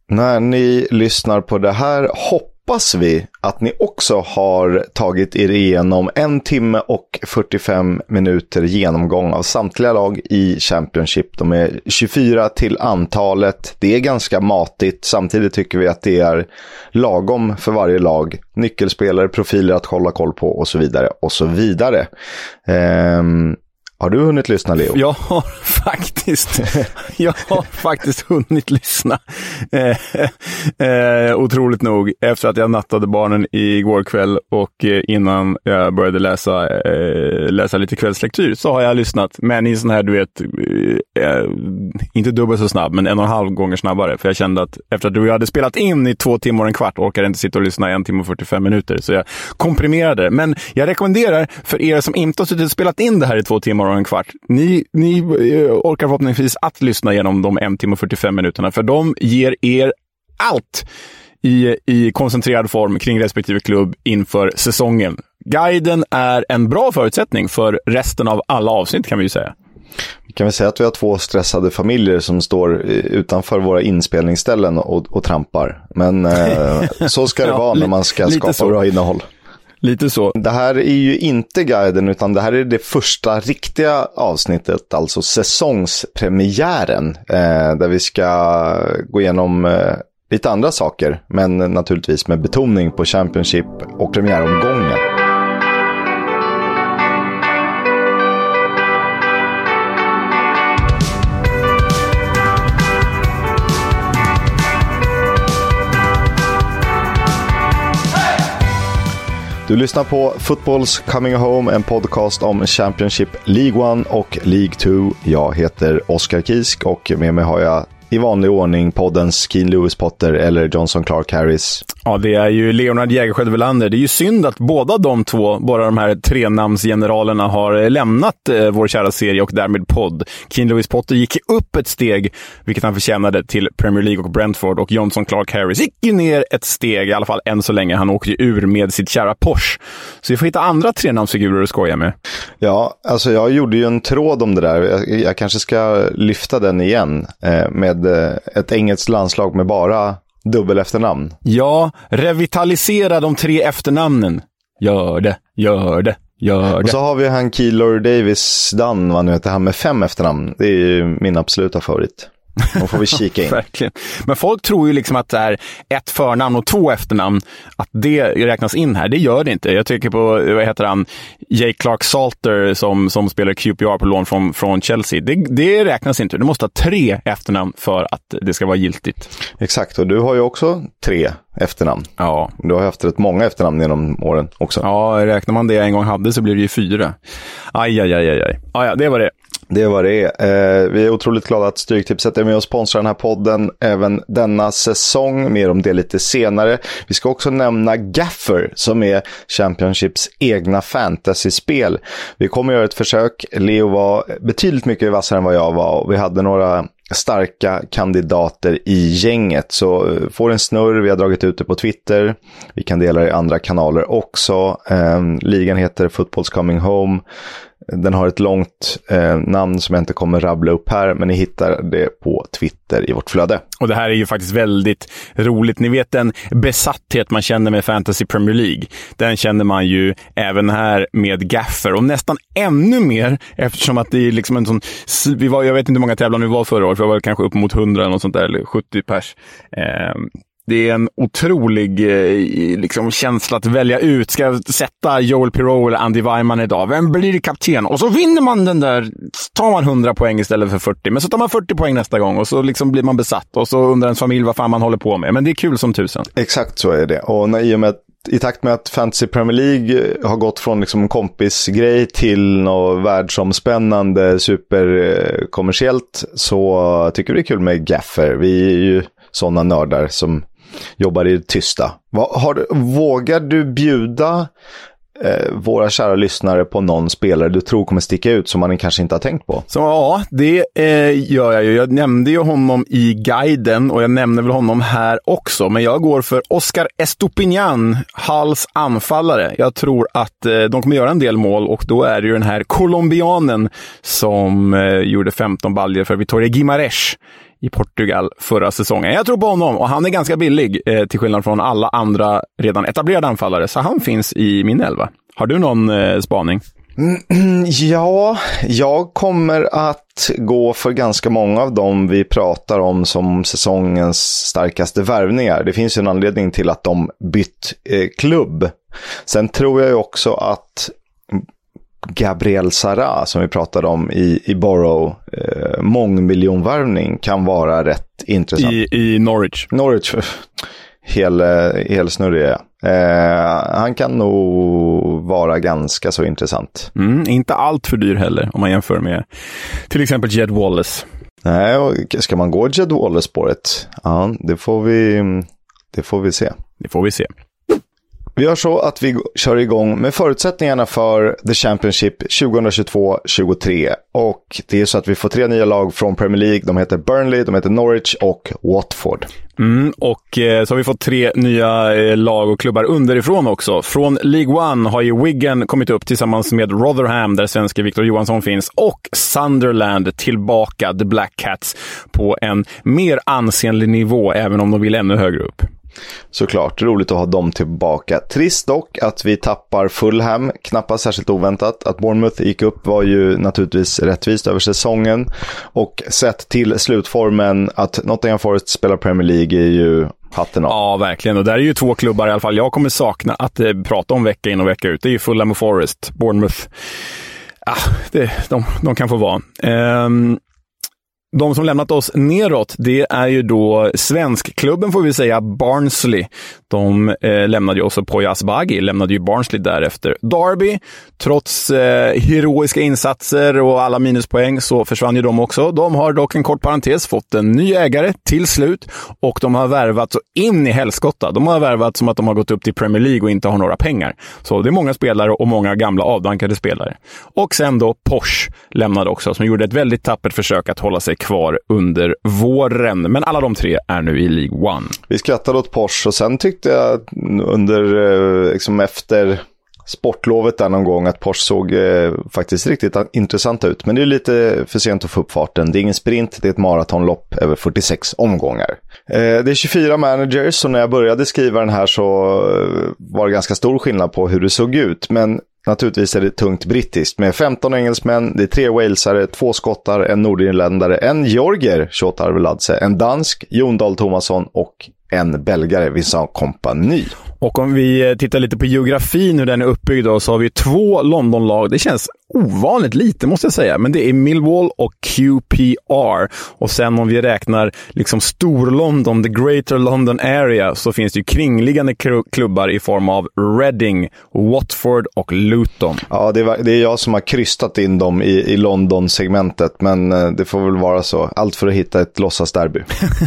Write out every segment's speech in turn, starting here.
När ni lyssnar på det här hoppas vi att ni också har tagit er igenom 1 timme och 45 minuter genomgång av samtliga lag i Championship. De är 24 till antalet. Det är ganska matigt. Samtidigt tycker vi att det är lagom för varje lag. Nyckelspelare, profiler att hålla koll på och så vidare och så vidare. Har du hunnit lyssna, Leo? Jag har faktiskt hunnit lyssna. Otroligt nog. Efter att jag nattade barnen igår kväll och innan jag började läsa lite kvällslektyr så har jag lyssnat. Men i sån här, du vet, inte dubbelt så snabb, men 1,5 gånger snabbare. För jag kände att efter att du hade spelat in i 2 timmar och en kvart orkade jag inte sitta och lyssna 1 timme och 45 minuter. Så jag komprimerade det. Men jag rekommenderar för er som inte har suttit och spelat in det här i 2 timmar och en kvart. Ni orkar förhoppningsvis att lyssna igenom de 1 timme och 45 minuterna. För de ger er allt i koncentrerad form kring respektive klubb inför säsongen. Guiden är en bra förutsättning för resten av alla avsnitt, kan vi ju säga. Kan vi säga att vi har 2 stressade familjer som står utanför våra inspelningsställen och trampar. Men så ska det vara när man ska skapa bra innehåll. Lite så. Det här är ju inte guiden, utan det här är det första riktiga avsnittet, alltså säsongspremiären, där vi ska gå igenom lite andra saker, men naturligtvis med betoning på Championship och premiäromgången. Du lyssnar på Football's Coming Home, en podcast om Championship League 1 och League 2. Jag heter Oskar Kisk och med mig har jag i vanlig ordning poddens Keen Lewis Potter eller Johnson Clark Harris. Ja, det är ju Leonard Jägerskiöld Welander. Det är ju synd att båda de här 3-namnsgeneralerna har lämnat vår kära serie och därmed podd. Keen Lewis Potter gick upp ett steg, vilket han förtjänade, till Premier League och Brentford, och Johnson Clark Harris gick ju ner ett steg, i alla fall än så länge. Han åkte ju ur med sitt kära Porsche. Så vi får hitta andra 3-namnsfigurer att skoja med. Ja, alltså jag gjorde ju en tråd om det där. Jag kanske ska lyfta den igen med ett engelskt landslag med bara dubbel efternamn. Ja, revitalisera de 3 efternamnen. Gör det. Och så har vi han Keylor Davis Dunn, vad nu heter han, med 5 efternamn. Det är ju min absoluta favorit. Då får vi kika in. Verkligen. Men folk tror ju liksom att det är 1 förnamn och 2 efternamn, att det räknas in här. Det gör det inte. Jag tycker på, vad heter han, Jake Clark-Salter som spelar QPR på lån från Chelsea. Det räknas inte. Du måste ha 3 efternamn för att det ska vara giltigt. Exakt, och du har ju också 3 efternamn. Ja. Du har haft rätt många efternamn genom åren också. Ja, räknar man det jag en gång hade så blir det ju 4. Aj. Ja, det var det. Det var det. Vi är otroligt glada att Stryktipset är med och sponsrar den här podden även denna säsong. Mer om det lite senare. Vi ska också nämna Gaffer, som är Championships egna fantasyspel. Vi kommer göra ett försök. Leo var betydligt mycket vassare än vad jag var, och vi hade några starka kandidater i gänget. Så får en snurr, vi har dragit ut det på Twitter. Vi kan dela det i andra kanaler också. Ligan heter Football's Coming Home. Den har ett långt namn som jag inte kommer rabbla upp här, men ni hittar det på Twitter i vårt flöde. Och det här är ju faktiskt väldigt roligt. Ni vet den besatthet man känner med Fantasy Premier League. Den känner man ju även här med Gaffer, och nästan ännu mer eftersom att det är liksom en sån... jag vet inte hur många tävlar vi var förra året, för jag var kanske upp mot 100 eller något sånt där, eller 70 pers. Det är en otrolig liksom, känsla att välja ut. Ska jag sätta Joel Pirou eller Andy Weimann idag? Vem blir kapten? Och så vinner man den där. Tar man 100 poäng istället för 40. Men så tar man 40 poäng nästa gång. Och så liksom blir man besatt. Och så undrar ens familj vad fan man håller på med. Men det är kul som tusen. Exakt så är det. Och i takt med att Fantasy Premier League har gått från liksom en kompisgrej till något världsomspännande superkommersiellt, så tycker vi det är kul med Gaffer. Vi är ju sådana nördar som jobbar i det tysta. Vågar du bjuda våra kära lyssnare på någon spelare du tror kommer sticka ut som man kanske inte har tänkt på? Så ja, det gör jag ju. Jag nämnde ju honom i guiden och jag nämner väl honom här också. Men jag går för Oscar Estupiñán, Hulls anfallare. Jag tror att de kommer göra en del mål, och då är det ju den här colombianen som gjorde 15 baljer för Vitória Guimarães i Portugal förra säsongen. Jag tror på honom och han är ganska billig till skillnad från alla andra redan etablerade anfallare. Så han finns i min 11. Har du någon spaning? Ja, jag kommer att gå för ganska många av dem vi pratar om som säsongens starkaste värvningar. Det finns ju en anledning till att de bytt klubb. Sen tror jag ju också att Gabriel Sara, som vi pratade om i Borough, mångmiljonvärvning kan vara rätt intressant. I Norwich. Norwich, helsnurrig. Han kan nog vara ganska så intressant. Inte allt för dyr heller om man jämför med till exempel Jed Wallace. Nej, ska man gå Jed Wallace-spåret? Ja, det får vi se. Det får vi se. Vi gör så att vi kör igång med förutsättningarna för The Championship 2022-23. Och det är så att vi får 3 nya lag från Premier League. De heter Burnley, de heter Norwich och Watford. Och så har vi fått 3 nya lag och klubbar underifrån också. Från League One har ju Wigan kommit upp tillsammans med Rotherham, där svenska Victor Johansson finns, och Sunderland tillbaka, The Black Cats, på en mer ansenlig nivå, även om de vill ännu högre upp. Såklart, roligt att ha dem tillbaka. Trist dock att vi tappar Fulham, knappast särskilt oväntat. Att Bournemouth gick upp var ju naturligtvis rättvist över säsongen. Och sett till slutformen att Nottingham Forest spelar Premier League är ju hatten av. Ja, verkligen. Och där är ju 2 klubbar i alla fall. Jag kommer sakna att prata om vecka in och vecka ut. Det är ju Fulham och Forest. Bournemouth, de kan få vara. De som lämnat oss neråt, det är ju då svenskklubben, får vi säga, Barnsley. De lämnade ju också Poya Asbaghi, lämnade ju Barnsley därefter. Derby, trots heroiska insatser och alla minuspoäng, så försvann ju de också. De har dock en kort parentes fått en ny ägare till slut, och de har värvat så in i helskotta. De har värvat som att de har gått upp till Premier League och inte har några pengar. Så det är många spelare och många gamla avdankade spelare. Och sen då Porsche lämnade också, som gjorde ett väldigt tappert försök att hålla sig kvar under våren. Men alla de 3 är nu i League One. Vi skrattade åt Porsche och sen tyckte jag under liksom efter sportlovet där någon gång att Porsche såg faktiskt riktigt intressant ut. Men det är lite för sent att få upp farten. Det är ingen sprint, det är ett maratonlopp över 46 omgångar. Det är 24 managers, så när jag började skriva den här så var det ganska stor skillnad på hur det såg ut. Men naturligtvis är det tungt brittiskt med 15 engelsmän, det är 3 walesare, 2 skottar, en nordirländare, en georgier, Shota Arveladze, en dansk, Jon Dahl Tomasson, och en belgare, Vincent Kompany. Och om vi tittar lite på geografin, hur den är uppbyggd då, så har vi 2 Londonlag. Det känns ovanligt lite, måste jag säga. Men det är Millwall och QPR. Och sen om vi räknar liksom Stor-London, the Greater London Area, så finns det ju kringliggande klubbar i form av Reading, Watford och Luton. Ja, det är jag som har krystat in dem i London-segmentet. Men det får väl vara så. Allt för att hitta ett låtsasderby.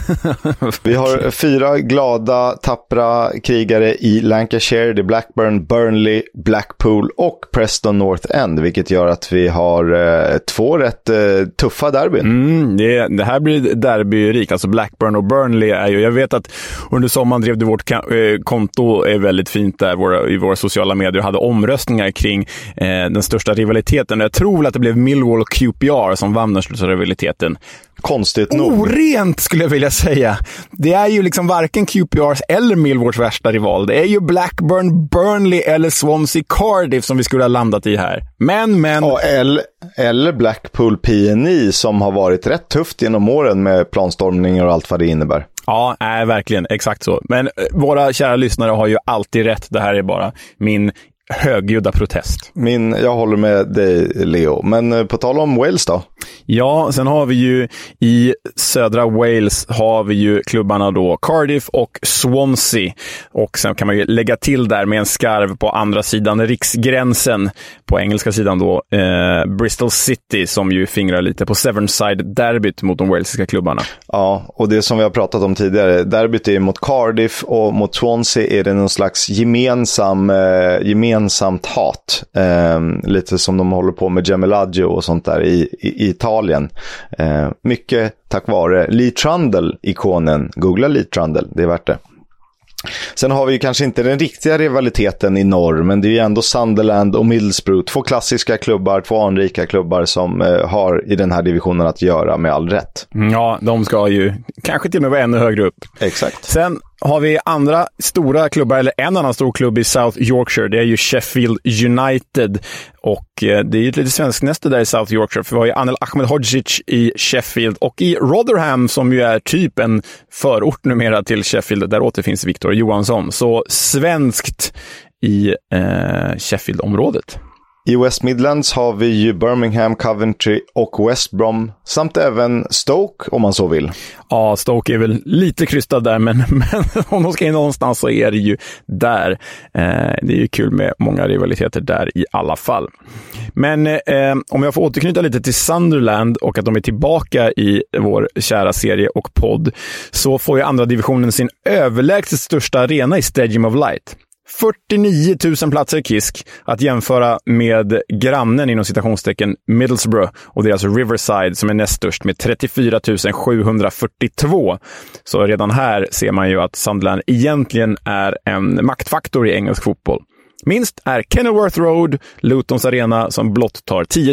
Vi har 4 glada, tappra krigare i Lancashire. Det är Blackburn, Burnley, Blackpool och Preston North End, vilket gör att vi har 2 rätt tuffa derbyn. Det här blir derbyrik. Alltså Blackburn och Burnley är ju, jag vet att under sommaren drev du vårt konto är väldigt fint där i våra sociala medier och hade omröstningar kring den största rivaliteten. Jag tror att det blev Millwall och QPR som vann den största rivaliteten. Konstigt nog. Orent skulle jag vilja säga. Det är ju liksom varken QPRs eller Millwalls värsta rival. Det är ju Blackburn, Burnley eller Swansea Cardiff som vi skulle ha landat i här. Men... Ja, eller Blackpool PNI som har varit rätt tufft genom åren med planstormningar och allt vad det innebär. Ja, verkligen. Exakt så. Men våra kära lyssnare har ju alltid rätt. Det här är bara min högljudda protest. Jag håller med dig, Leo. Men på tal om Wales då? Ja, sen har vi ju i södra Wales har vi ju klubbarna då Cardiff och Swansea. Och sen kan man ju lägga till där med en skarv på andra sidan riksgränsen, på engelska sidan då, Bristol City, som ju fingrar lite på Severnside-derbyt mot de walesiska klubbarna. Ja, och det som vi har pratat om tidigare, derbyt är mot Cardiff och mot Swansea är det någon slags gemensamt hat. Lite som de håller på med Gemilaggio och sånt där i Italien. Mycket tack vare Lee Trundle-ikonen. Googla Lee Trundle, det är värt det. Sen har vi ju kanske inte den riktiga rivaliteten i norr, men det är ju ändå Sunderland och Middlesbrough. 2 klassiska klubbar, 2 anrika klubbar som har i den här divisionen att göra med all rätt. Ja, de ska ju kanske till och med vara ännu högre upp. Exakt. Sen har vi andra stora klubbar, eller en annan stor klubb i South Yorkshire. Det är ju Sheffield United. Och det är ju ett lite svensknäste där i South Yorkshire. För vi har ju Anel Ahmedhodzic i Sheffield. Och i Rotherham, som ju är typ en förort numera till Sheffield, där återfinns Victor Johansson. Så svenskt i Sheffield-området. I West Midlands har vi ju Birmingham, Coventry och West Brom, samt även Stoke om man så vill. Ja, Stoke är väl lite krystad där, men om de ska in någonstans så är det ju där. Det är ju kul med många rivaliteter där i alla fall. Men om jag får återknyta lite till Sunderland och att de är tillbaka i vår kära serie och podd, så får ju andra divisionen sin överlägset största arena i Stadium of Light. 49 000 platser KISK, att jämföra med grannen inom citationstecken Middlesbrough, och det är alltså Riverside som är näst störst med 34 742. Så redan här ser man ju att Sunderland egentligen är en maktfaktor i engelsk fotboll. Minst är Kenilworth Road, Lutons arena, som blott tar 10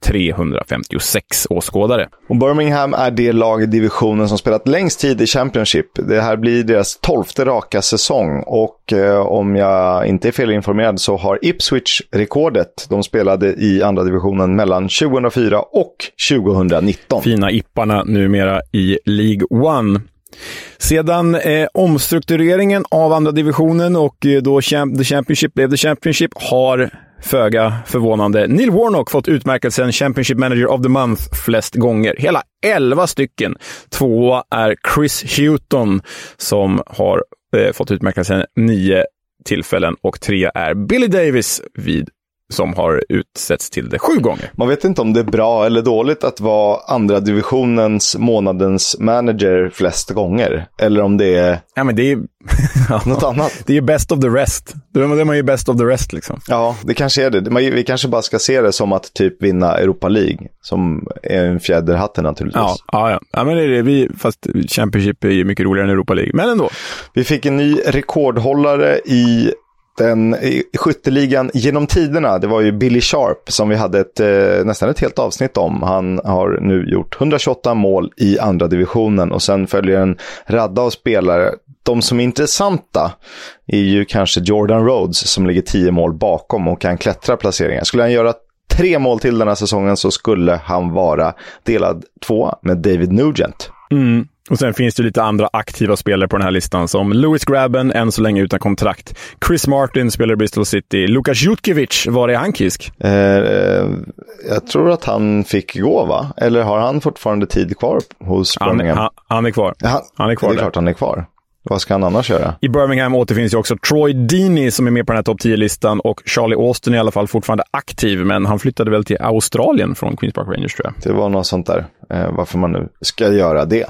356 åskådare. Och Birmingham är det lag i divisionen som spelat längst tid i Championship. Det här blir deras 12:e raka säsong, och om jag inte är felinformerad så har Ipswich rekordet. De spelade i andra divisionen mellan 2004 och 2019. Fina Ipparna numera i League One. Sedan omstruktureringen av andra divisionen och då The Championship blev The Championship har, föga förvånande, Neil Warnock fått utmärkelsen Championship Manager of the Month flest gånger. Hela 11 stycken. 2 är Chris Hughton som har fått utmärkelsen 9 tillfällen, och 3 är Billy Davis som har utsetts till det 7 gånger. Man vet inte om det är bra eller dåligt att vara andra divisionens månadens manager flest gånger. Eller om det är, men det är något annat. Det är best of the rest. Då är man ju best of the rest liksom. Ja, det kanske är det. Vi kanske bara ska se det som att typ vinna Europa League, som är en fjäder i hatten naturligtvis. Ja, men det är det. Fast Championship är ju mycket roligare än Europa League. Men ändå. Vi fick en ny rekordhållare i skytteligan genom tiderna. Det var ju Billy Sharp som vi hade nästan ett helt avsnitt om. Han har nu gjort 128 mål i andra divisionen, och sen följer en radda av spelare. De som är intressanta är ju kanske Jordan Rhodes som ligger 10 mål bakom och kan klättra placeringar. Skulle han göra 3 mål till den här säsongen så skulle han vara delad 2 med David Nugent. Och sen finns det lite andra aktiva spelare på den här listan, som Lewis Grabben, än så länge utan kontrakt. Chris Martin spelar i Bristol City. Lukas Jutkiewicz, var är han KISK? Jag tror att han fick gå, va? Eller har han fortfarande tid kvar hos Birmingham? Han är kvar. Han är kvar. Det är klart han är kvar. Vad ska han annars göra? I Birmingham återfinns ju också Troy Deeney som är med på den här topp 10-listan, och Charlie Austin är i alla fall fortfarande aktiv, men han flyttade väl till Australien från Queens Park Rangers, tror jag. Det var något sånt där, varför man nu ska göra det.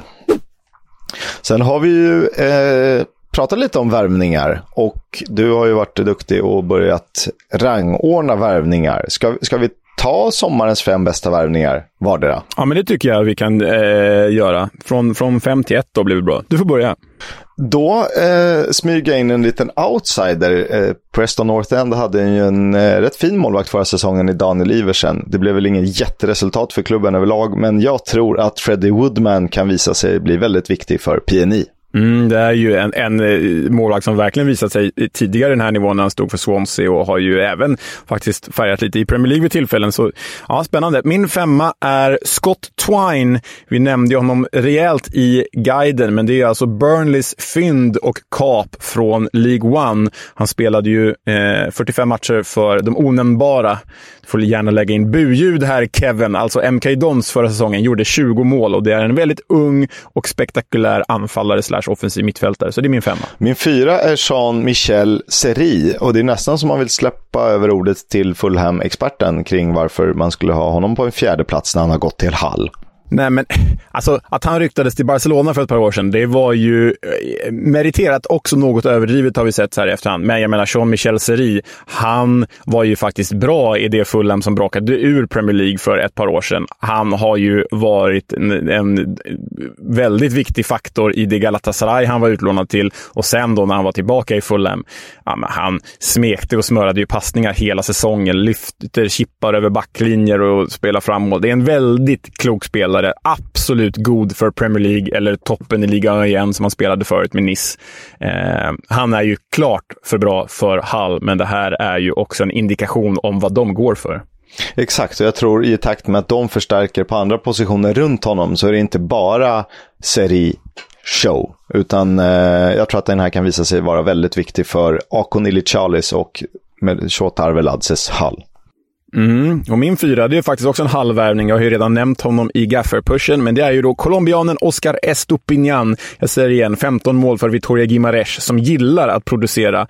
Sen har vi ju pratat lite om värvningar, och du har ju varit duktig och börjat rangordna värvningar. Ska vi ta sommarens 5 bästa värvningar vardera? Ja, men det tycker jag vi kan göra. Från 5 till 1 då blir det bra. Du får börja. Då smyga in en liten outsider. Preston North End hade ju en rätt fin målvakt förra säsongen i Daniel Iversen. Det blev väl ingen jätteresultat för klubben överlag, men jag tror att Freddie Woodman kan visa sig bli väldigt viktig för PNI. Det är ju en målvakt som verkligen visat sig tidigare i den här nivån när han stod för Swansea, och har ju även faktiskt färgat lite i Premier League vid tillfällen. Så ja, spännande. Min 5 är Scott Twine. Vi nämnde ju honom rejält i guiden, men det är alltså Burnleys fynd och kap från League One. Han spelade ju 45 matcher för de onämnbara. Du får gärna lägga in buljud här, Kevin. Alltså MK Dons förra säsongen gjorde 20 mål, och det är en väldigt ung och spektakulär anfallare / offensiv mittfältare. Så det är min 5. Min 4 är Jean-Michel Seri, och det är nästan som man vill släppa över ordet till Fulham-experten kring varför man skulle ha honom på en 4:e plats när han har gått till Hull. Nej, men alltså att han ryktades till Barcelona för ett par år sedan, det var ju meriterat, också något överdrivet har vi sett så här i efterhand. Men jag menar, Jean-Michel Seri, han var ju faktiskt bra i det Fulham som brakade ur Premier League för ett par år sedan. Han har ju varit en väldigt viktig faktor i det Galatasaray han var utlånad till, och sen då när han var tillbaka i Fulham, ja, men han smekte och smörade ju passningar hela säsongen, lyfter chippar över backlinjer och spelar framåt. Det är en väldigt klok spelare. Absolut god för Premier League eller toppen i ligan igen som han spelade förut med Nice. Han är ju klart för bra för Hull, men det här är ju också en indikation om vad de går för. Exakt, och jag tror i takt med att de förstärker på andra positioner runt honom så är det inte bara Seri show, utan jag tror att den här kan visa sig vara väldigt viktig för Akon Ilichalis och med Shotar Veladzes Hull. Och min 4, det är faktiskt också en halvvärvning. Jag har ju redan nämnt honom i Gaffer-pushen, men det är ju då colombianen Oscar Estupiñán. Jag säger igen, 15 mål för Vitoria Guimarães, som gillar att producera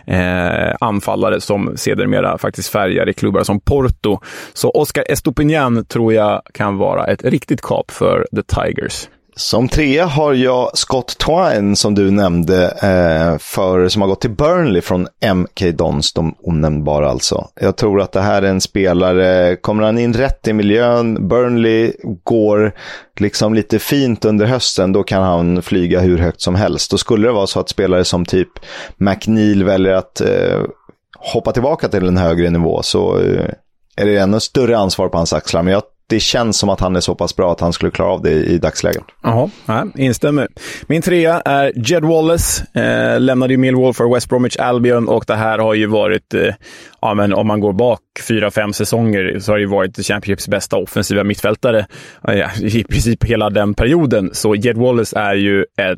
anfallare som sedermera faktiskt färgar i klubbar som Porto. Så Oscar Estupiñán tror jag kan vara ett riktigt kap för The Tigers. Som 3 har jag Scott Twine, som du nämnde, som har gått till Burnley från MK Dons, de omnämnbara alltså. Jag tror att det här är en spelare, kommer han in rätt i miljön, Burnley går liksom lite fint under hösten, då kan han flyga hur högt som helst. Då skulle det vara så att spelare som typ McNeil väljer att hoppa tillbaka till en högre nivå, så är det ännu större ansvar på hans axlar. Men det känns som att han är så pass bra att han skulle klara av det i dagsläget. Jaha, instämmer. Min 3 är Jed Wallace. Lämnade ju Millwall för West Bromwich Albion, och det här har ju varit, men om man går bak 4-5 säsonger så har det ju varit Championships bästa offensiva mittfältare i princip hela den perioden. Så Jed Wallace är ju ett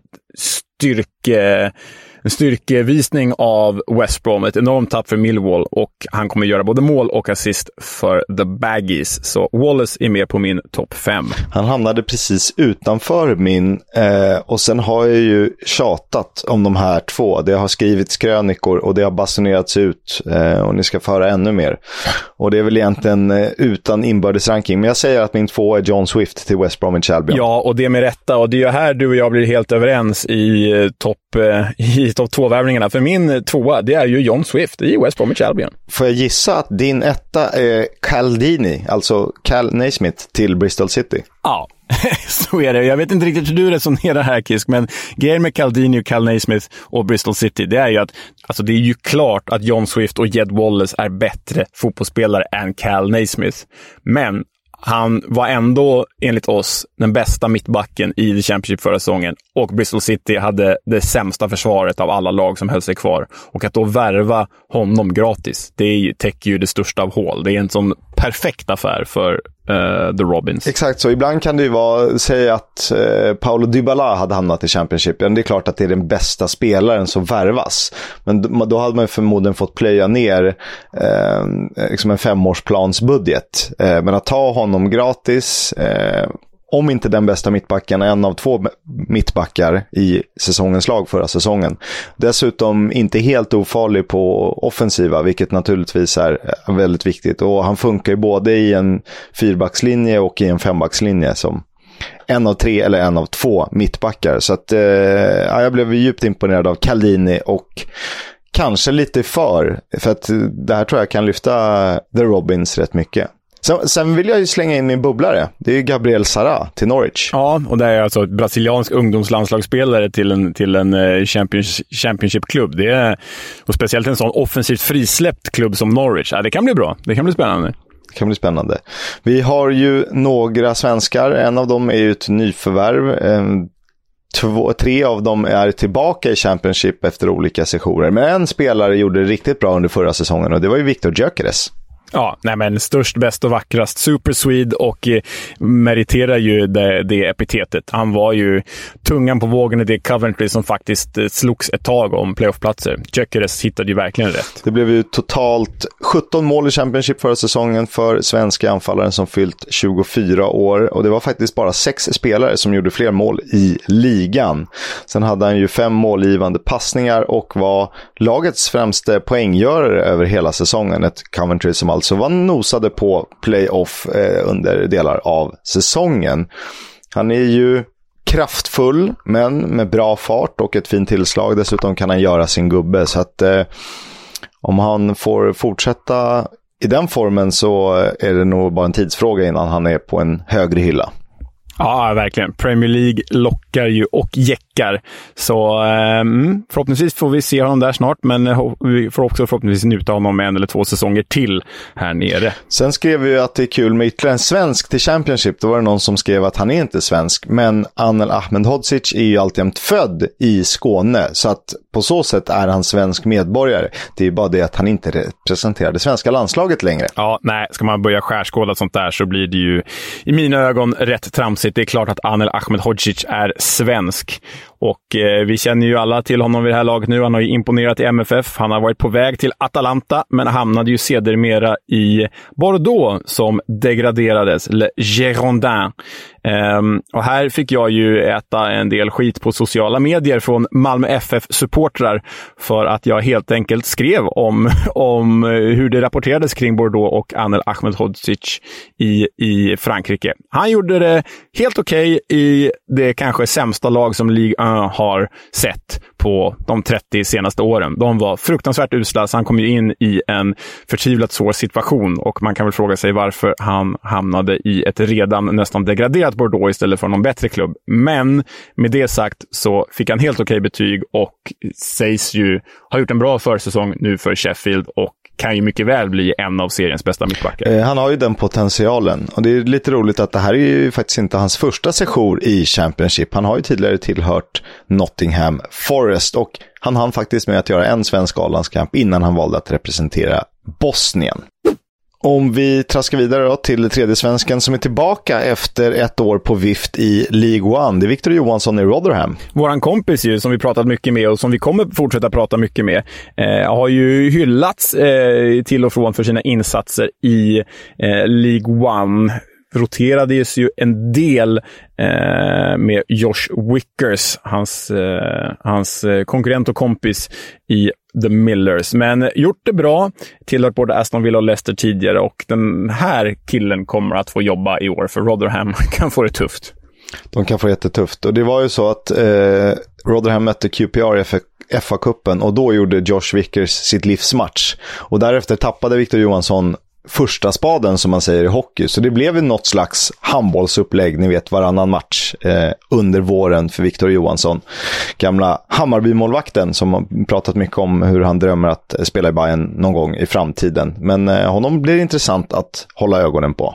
styrkevisning av West Brom, ett enormt tapp för Millwall, och han kommer göra både mål och assist för The Baggies. Så Wallace är med på min topp 5. Han hamnade precis utanför min, och sen har jag ju tjatat om de här 2. Det har skrivits krönikor och det har basunerats ut, och ni ska föra ännu mer. Och det är väl egentligen utan inbördesranking, men jag säger att min 2 är John Swift till West Bromwich Albion. Ja, och det med rätta, och det är ju här du och jag blir helt överens i topp 2-värvningarna. För min 2, det är ju John Swift i West Bromwich Albion. Får jag gissa att din 1 är Caldini, alltså Cal Naismith till Bristol City? Ja, så är det. Jag vet inte riktigt hur du resonerar här, Kisk, men grejen med Caldini och Cal Naismith och Bristol City, det är ju att alltså det är ju klart att John Swift och Jed Wallace är bättre fotbollsspelare än Cal Naismith. Men han var ändå, enligt oss, den bästa mittbacken i The Championship förra säsongen, och Bristol City hade det sämsta försvaret av alla lag som höll sig kvar. Och att då värva honom gratis, det täcker ju det största av hål. Det är en sån perfekt affär för The Robins. Exakt så. Ibland kan det ju vara, säga att Paulo Dybala hade hamnat i Championship. Det är klart att det är den bästa spelaren som värvas. Men då hade man förmodligen fått plöja ner liksom en 5-årsplansbudget. Men att ta honom gratis, om inte den bästa mittbacken, en av 2 mittbackar i säsongens lag förra säsongen. Dessutom inte helt ofarlig på offensiva, vilket naturligtvis är väldigt viktigt. Och han funkar ju både i en 4-backslinje och i en 5-backslinje som en av 3 eller en av 2 mittbackar. Så att jag blev djupt imponerad av Caldini, och kanske lite för att det här tror jag kan lyfta The Robins rätt mycket. Sen vill jag ju slänga in min bubblare. Det är ju Gabriel Sara till Norwich. Ja, och det är alltså ett brasiliansk ungdomslandslagsspelare till en Championship-klubb. Det är, och speciellt en sån offensivt frisläppt klubb som Norwich. Ja, det kan bli bra. Det kan bli spännande. Det kan bli spännande. Vi har ju några svenskar. En av dem är ju ett nyförvärv. 3 av dem är tillbaka i Championship efter olika sessioner. Men en spelare gjorde det riktigt bra under förra säsongen, och det var ju Victor Gyökeres. Ja, nej men störst, bäst och vackrast, Super Swede, och meriterar ju det epitetet. Han var ju tungan på vågen i det Coventry som faktiskt slogs ett tag om playoffplatser. Gyökeres hittade ju verkligen rätt. Det blev ju totalt 17 mål i Championship förra säsongen för svenska anfallaren som fyllt 24 år. Och det var faktiskt bara 6 spelare som gjorde fler mål i ligan. Sen hade han ju 5 målgivande passningar och var lagets främste poänggörare över hela säsongen. Ett Coventry som alltså var nosade på playoff under delar av säsongen. Han är ju kraftfull, men med bra fart och ett fint tillslag. Dessutom kan han göra sin gubbe, så att om han får fortsätta i den formen så är det nog bara en tidsfråga innan han är på en högre hylla. Ja, verkligen. Premier League lockar ju och jäckar. Så förhoppningsvis får vi se honom där snart, men vi får också förhoppningsvis njuta honom 1 eller 2 säsonger till här nere. Sen skrev vi att det är kul med ytterligare en svensk till Championship. Då var det någon som skrev att han är inte svensk, men Anel Ahmedhodzic är ju alltid född i Skåne, så att på så sätt är han svensk medborgare. Det är ju bara det att han inte representerar det svenska landslaget längre. Ja, nej, ska man börja skärskåda sånt där så blir det ju i mina ögon rätt tramsigt. Det är klart att Anel Ahmedhodzic är svensk. Och vi känner ju alla till honom vid det här laget nu. Han har ju imponerat i MFF. Han har varit på väg till Atalanta, men hamnade ju sedermera i Bordeaux som degraderades. Le Girondin. Och här fick jag ju äta en del skit på sociala medier från Malmö FF-supportrar för att jag helt enkelt skrev om hur det rapporterades kring Bordeaux och Anel Ahmedhodzic i Frankrike. Han gjorde det helt okej i det kanske sämsta lag som Ligue 1 har sett på de 30 senaste åren. De var fruktansvärt usla, så han kom ju in i en förtvivlat svår situation, och man kan väl fråga sig varför han hamnade i ett redan nästan degraderat Bordeaux istället för någon bättre klubb. Men med det sagt så fick han helt okej betyg och sägs ju ha gjort en bra försäsong nu för Sheffield och kan ju mycket väl bli en av seriens bästa mittbackar. Han har ju den potentialen, och det är lite roligt att det här är ju faktiskt inte hans första sejour i Championship. Han har ju tidigare tillhört Nottingham Forest, och han hann faktiskt med att göra en svensk A-landskamp innan han valde att representera Bosnien. Om vi traskar vidare då till tredje svensken som är tillbaka efter ett år på vift i League 1. Det är Victor Johansson i Rotherham. Våran kompis ju, som vi pratat mycket med och som vi kommer fortsätta prata mycket med, har ju hyllats till och från för sina insatser i League 1. Roterades ju en del med Josh Wickers, hans konkurrent och kompis i The Millers. Men gjort det bra, tillhört både Aston Villa och Leicester tidigare, och den här killen kommer att få jobba i år för Rotherham. Kan få det tufft. De kan få det jättetufft. Och det var ju så att Rotherham mötte QPR i FA-cupen, och då gjorde Josh Wickers sitt livsmatch. Och därefter tappade Victor Johansson första spaden, som man säger i hockey. Så det blev något slags handbollsupplägg, ni vet, varannan match under våren för Victor Johansson. Gamla Hammarby-målvakten som har pratat mycket om hur han drömmer att spela i Bayern någon gång i framtiden. Men honom blir det intressant att hålla ögonen på.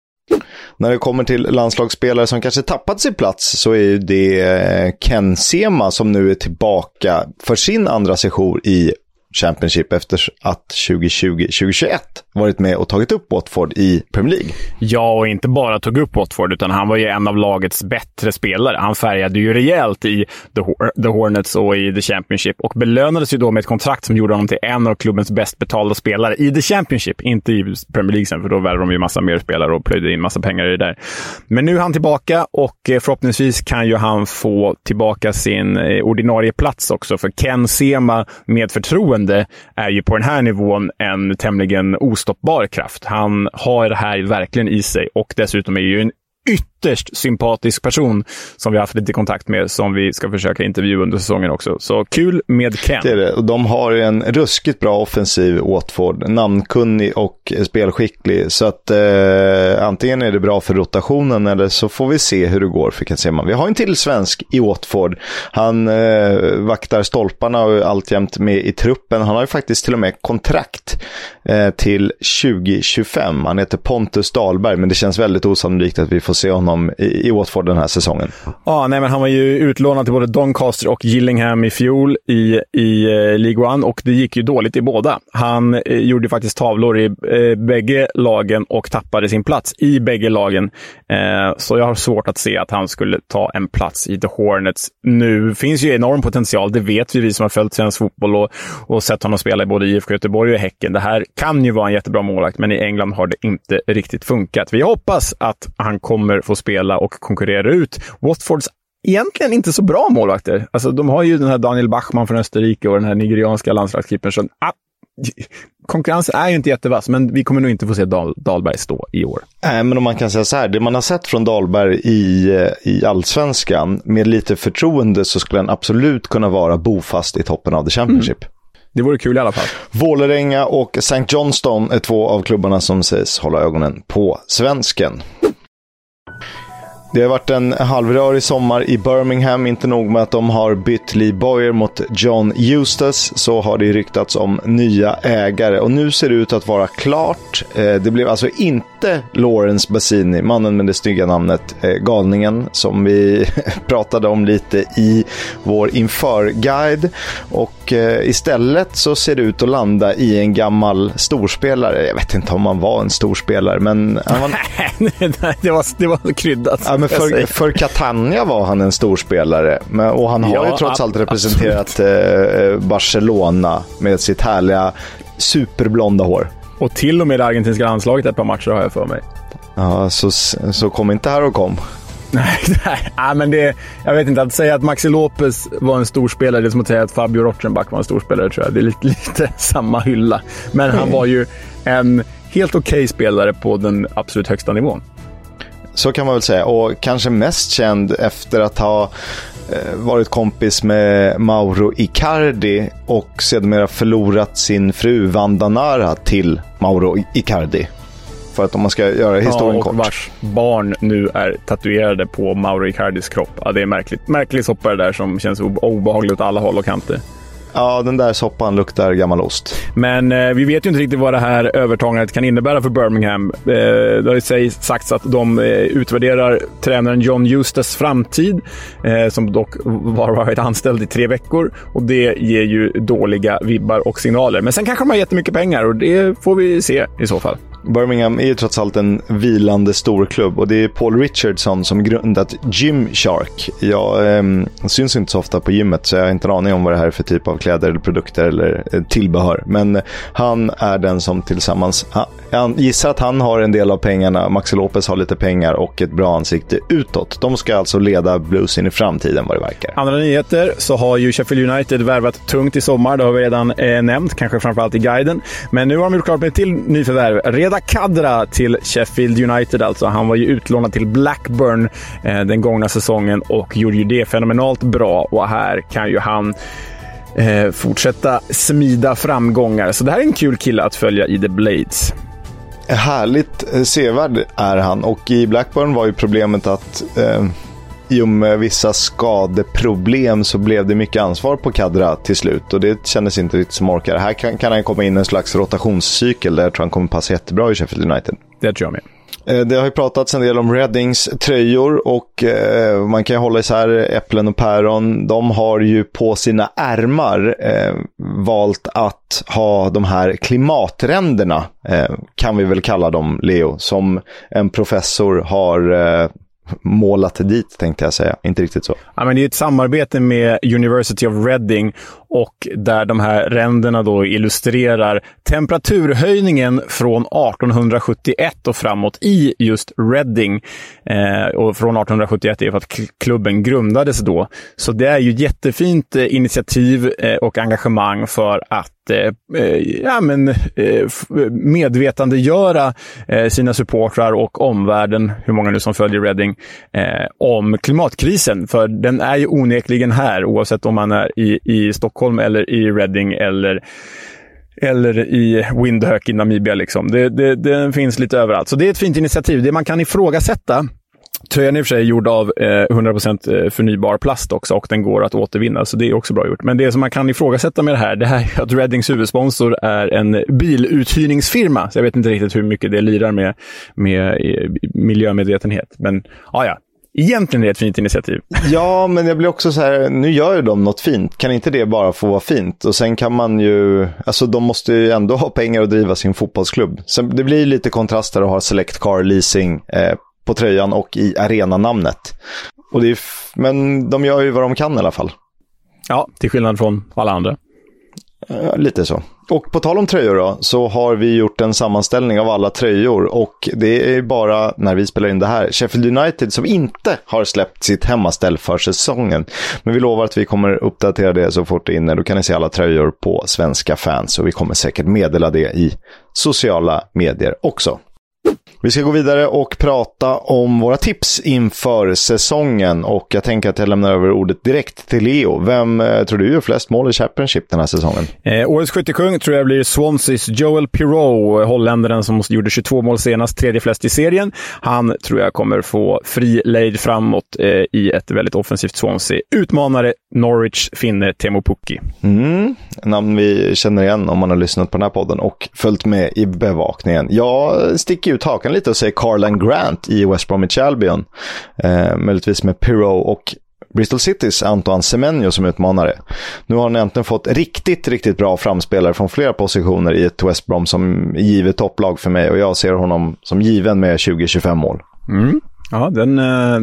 När det kommer till landslagsspelare som kanske tappat sin plats, så är det Ken Sema som nu är tillbaka för sin andra sejour i Championship efter att 2020-2021 varit med och tagit upp Watford i Premier League. Ja, och inte bara tog upp Watford, utan han var ju en av lagets bättre spelare. Han färgade ju rejält i The Hornets och i The Championship, och belönades ju då med ett kontrakt som gjorde honom till en av klubbens bäst betalda spelare i The Championship, inte i Premier League sen, för då värvade de ju massa mer spelare och plöjde in massa pengar i det där. Men nu är han tillbaka, och förhoppningsvis kan ju han få tillbaka sin ordinarie plats också, för Ken Sema med förtroende är ju på den här nivån en tämligen ostoppbar kraft. Han har det här verkligen i sig, och dessutom är ju en ytterst sympatisk person som vi har haft lite kontakt med, som vi ska försöka intervjua under säsongen också. Så kul med Ken. Det är det. Och de har en ruskigt bra offensiv Watford, namnkunnig och spelskicklig, så att antingen är det bra för rotationen, eller så får vi se hur det går för Ken Sema. Vi har en till svensk i Watford. Han vaktar stolparna och är alltjämt med i truppen. Han har ju faktiskt till och med kontrakt till 2025. Han heter Pontus Dahlberg, men det känns väldigt osannolikt att vi får se honom i Watford den här säsongen. Ja, nej, men han var ju utlånad till både Doncaster och Gillingham i fjol i League 1, och det gick ju dåligt i båda. Han gjorde faktiskt tavlor i bägge lagen och tappade sin plats i bägge lagen. Så jag har svårt att se att han skulle ta en plats i The Hornets. Nu finns ju enorm potential, det vet vi som har följt svensk fotboll och sett honom spela i både IFK Göteborg och Häcken. Det här kan ju vara en jättebra målvakt, men i England har det inte riktigt funkat. Vi hoppas att han kommer få spela och konkurrera ut Watfords egentligen inte så bra målvakter. Alltså, de har ju den här Daniel Bachmann från Österrike och den här nigerianska landslagskeepern som konkurrens är ju inte jättevass, men vi kommer nog inte få se Dahlberg stå i år. Nej, men om man kan säga så här, det man har sett från Dahlberg i Allsvenskan, med lite förtroende så skulle han absolut kunna vara bofast i toppen av the Championship. Det vore kul i alla fall. Vålerenga och St. Johnstone är två av klubbarna som sägs hålla ögonen på svensken. Det har varit en halvrörig sommar i Birmingham. Inte nog med att de har bytt Lee Boyer mot John Eustace, så har det ryktats om nya ägare. Och nu ser det ut att vara klart. Det blev alltså inte Lawrence Bassini, mannen med det snygga namnet Galningen, som vi pratade om lite i vår införguide. Och istället så ser det ut att landa i en gammal storspelare. Jag vet inte om han var en storspelare, men han var... det var kryddat. Ja, men för Catania var han en storspelare. Och han har ju trots allt representerat Barcelona med sitt härliga superblonda hår. Och till och med det argentinska landslaget ett par matcher har jag för mig. Ja, så kom inte här och kom. Nej, men det, jag vet inte, att säga att Maxi Lopez var en stor spelare, det är som att säga att Fabio Rochenbach var en stor spelare, tror jag. Det är lite samma hylla. Men han var ju en helt okej spelare på den absolut högsta nivån. Så kan man väl säga. Och kanske mest känd efter att ha varit kompis med Mauro Icardi och sedermera förlorat sin fru Wanda Nara till Mauro Icardi. För att om man ska göra historien kort. Och vars barn nu är tatuerade på Mauro Icardis kropp. Ja, det är märkligt. Märklig soppa det där som känns obehagligt åt alla håll och kanter. Ja, den där soppan luktar gammal ost. Men vi vet ju inte riktigt vad det här övertagandet kan innebära för Birmingham. Det har ju sagts att de utvärderar tränaren John Eustace framtid, som dock varit anställd i 3 veckor. Och det ger ju dåliga vibbar och signaler. Men sen kanske de har jättemycket pengar och det får vi se i så fall. Birmingham är ju trots allt en vilande storklubb och det är Paul Richardson som grundat Gymshark. Jag syns inte så ofta på gymmet, så jag har inte en aning om vad det här är för typ av kläder eller produkter eller tillbehör. Men han är den som tillsammans, jag gissar att han har en del av pengarna, Maxi Lopez har lite pengar och ett bra ansikte utåt. De ska alltså leda Blues in i framtiden, vad det verkar. Andra nyheter så har ju Sheffield United värvat tungt i sommar, det har vi redan nämnt, kanske framförallt i guiden. Men nu har de gjort klart med till nyförvärv. Reda Kadra till Sheffield United alltså. Han var ju utlånad till Blackburn den gångna säsongen och gjorde ju det fenomenalt bra. Och här kan ju han fortsätta smida framgångar. Så det här är en kul kille att följa i The Blades. Härligt sevärd är han. Och i Blackburn var ju problemet att i och med vissa skadeproblem så blev det mycket ansvar på Kadra till slut. Och det kändes inte riktigt som orkar. Här kan han komma in en slags rotationscykel där jag tror han kommer passa jättebra i Sheffield United. Det tror jag med. Det har ju pratats en del om Readings tröjor och man kan ju hålla isär äpplen och päron. De har ju på sina ärmar valt att ha de här klimatränderna, kan vi väl kalla dem, Leo, som en professor har målat dit, tänkte jag säga. Inte riktigt så. Ja, men det är ett samarbete med University of Reading och där de här ränderna då illustrerar temperaturhöjningen från 1871 och framåt i just Reading. Och från 1871 är för att klubben grundades då. Så det är ju ett jättefint initiativ och engagemang för att medvetandegöra sina supportrar och omvärlden, hur många nu som följer Reading, om klimatkrisen. För den är ju onekligen här, oavsett om man är i Stockholm eller i Reading eller i Windhoek i Namibia. Liksom. Det finns lite överallt. Så det är ett fint initiativ. Det man kan ifrågasätta, tröjan i och för sig är gjord av 100% förnybar plast också och den går att återvinna, så det är också bra gjort. Men det som man kan ifrågasätta med det här är att Readings huvudsponsor är en biluthyrningsfirma. Så jag vet inte riktigt hur mycket det lirar med miljömedvetenhet. Men ja. Egentligen är det ett fint initiativ. Ja, men jag blir också så här, nu gör ju de något fint. Kan inte det bara få vara fint? Och sen kan man ju, alltså de måste ju ändå ha pengar att driva sin fotbollsklubb. Så det blir lite kontraster att ha Select Car Leasing på tröjan och i arenanamnet. Och det men de gör ju vad de kan i alla fall. Ja, till skillnad från alla andra. Lite så. Och på tal om tröjor då, så har vi gjort en sammanställning av alla tröjor och det är bara när vi spelar in det här Sheffield United som inte har släppt sitt hemmaställ för säsongen. Men vi lovar att vi kommer uppdatera det så fort det är inne. Då kan ni se alla tröjor på Svenska Fans och vi kommer säkert meddela det i sociala medier också. Vi ska gå vidare och prata om våra tips inför säsongen och jag tänker att jag lämnar över ordet direkt till Leo. Vem tror du gör flest mål i Championship den här säsongen? Årets skyttekung tror jag blir Swanseas Joel Piroe, holländaren som gjorde 22 mål senast, tredje flest i serien. Han tror jag kommer få fri lejd framåt i ett väldigt offensivt Swansea. Utmanare Norwich finne Teemu Pukki. Namn vi känner igen om man har lyssnat på den här podden och följt med i bevakningen. Jag sticker ut hakan lite och säger Karlan Grant i West Bromwich Albion. Möjligtvis med Piroe och Bristol Citys Antoine Semenyo som utmanare. Nu har han äntligen fått riktigt bra framspelare från flera positioner i ett West Brom som givet topplag för mig och jag ser honom som given med 20-25 mål. Ja, den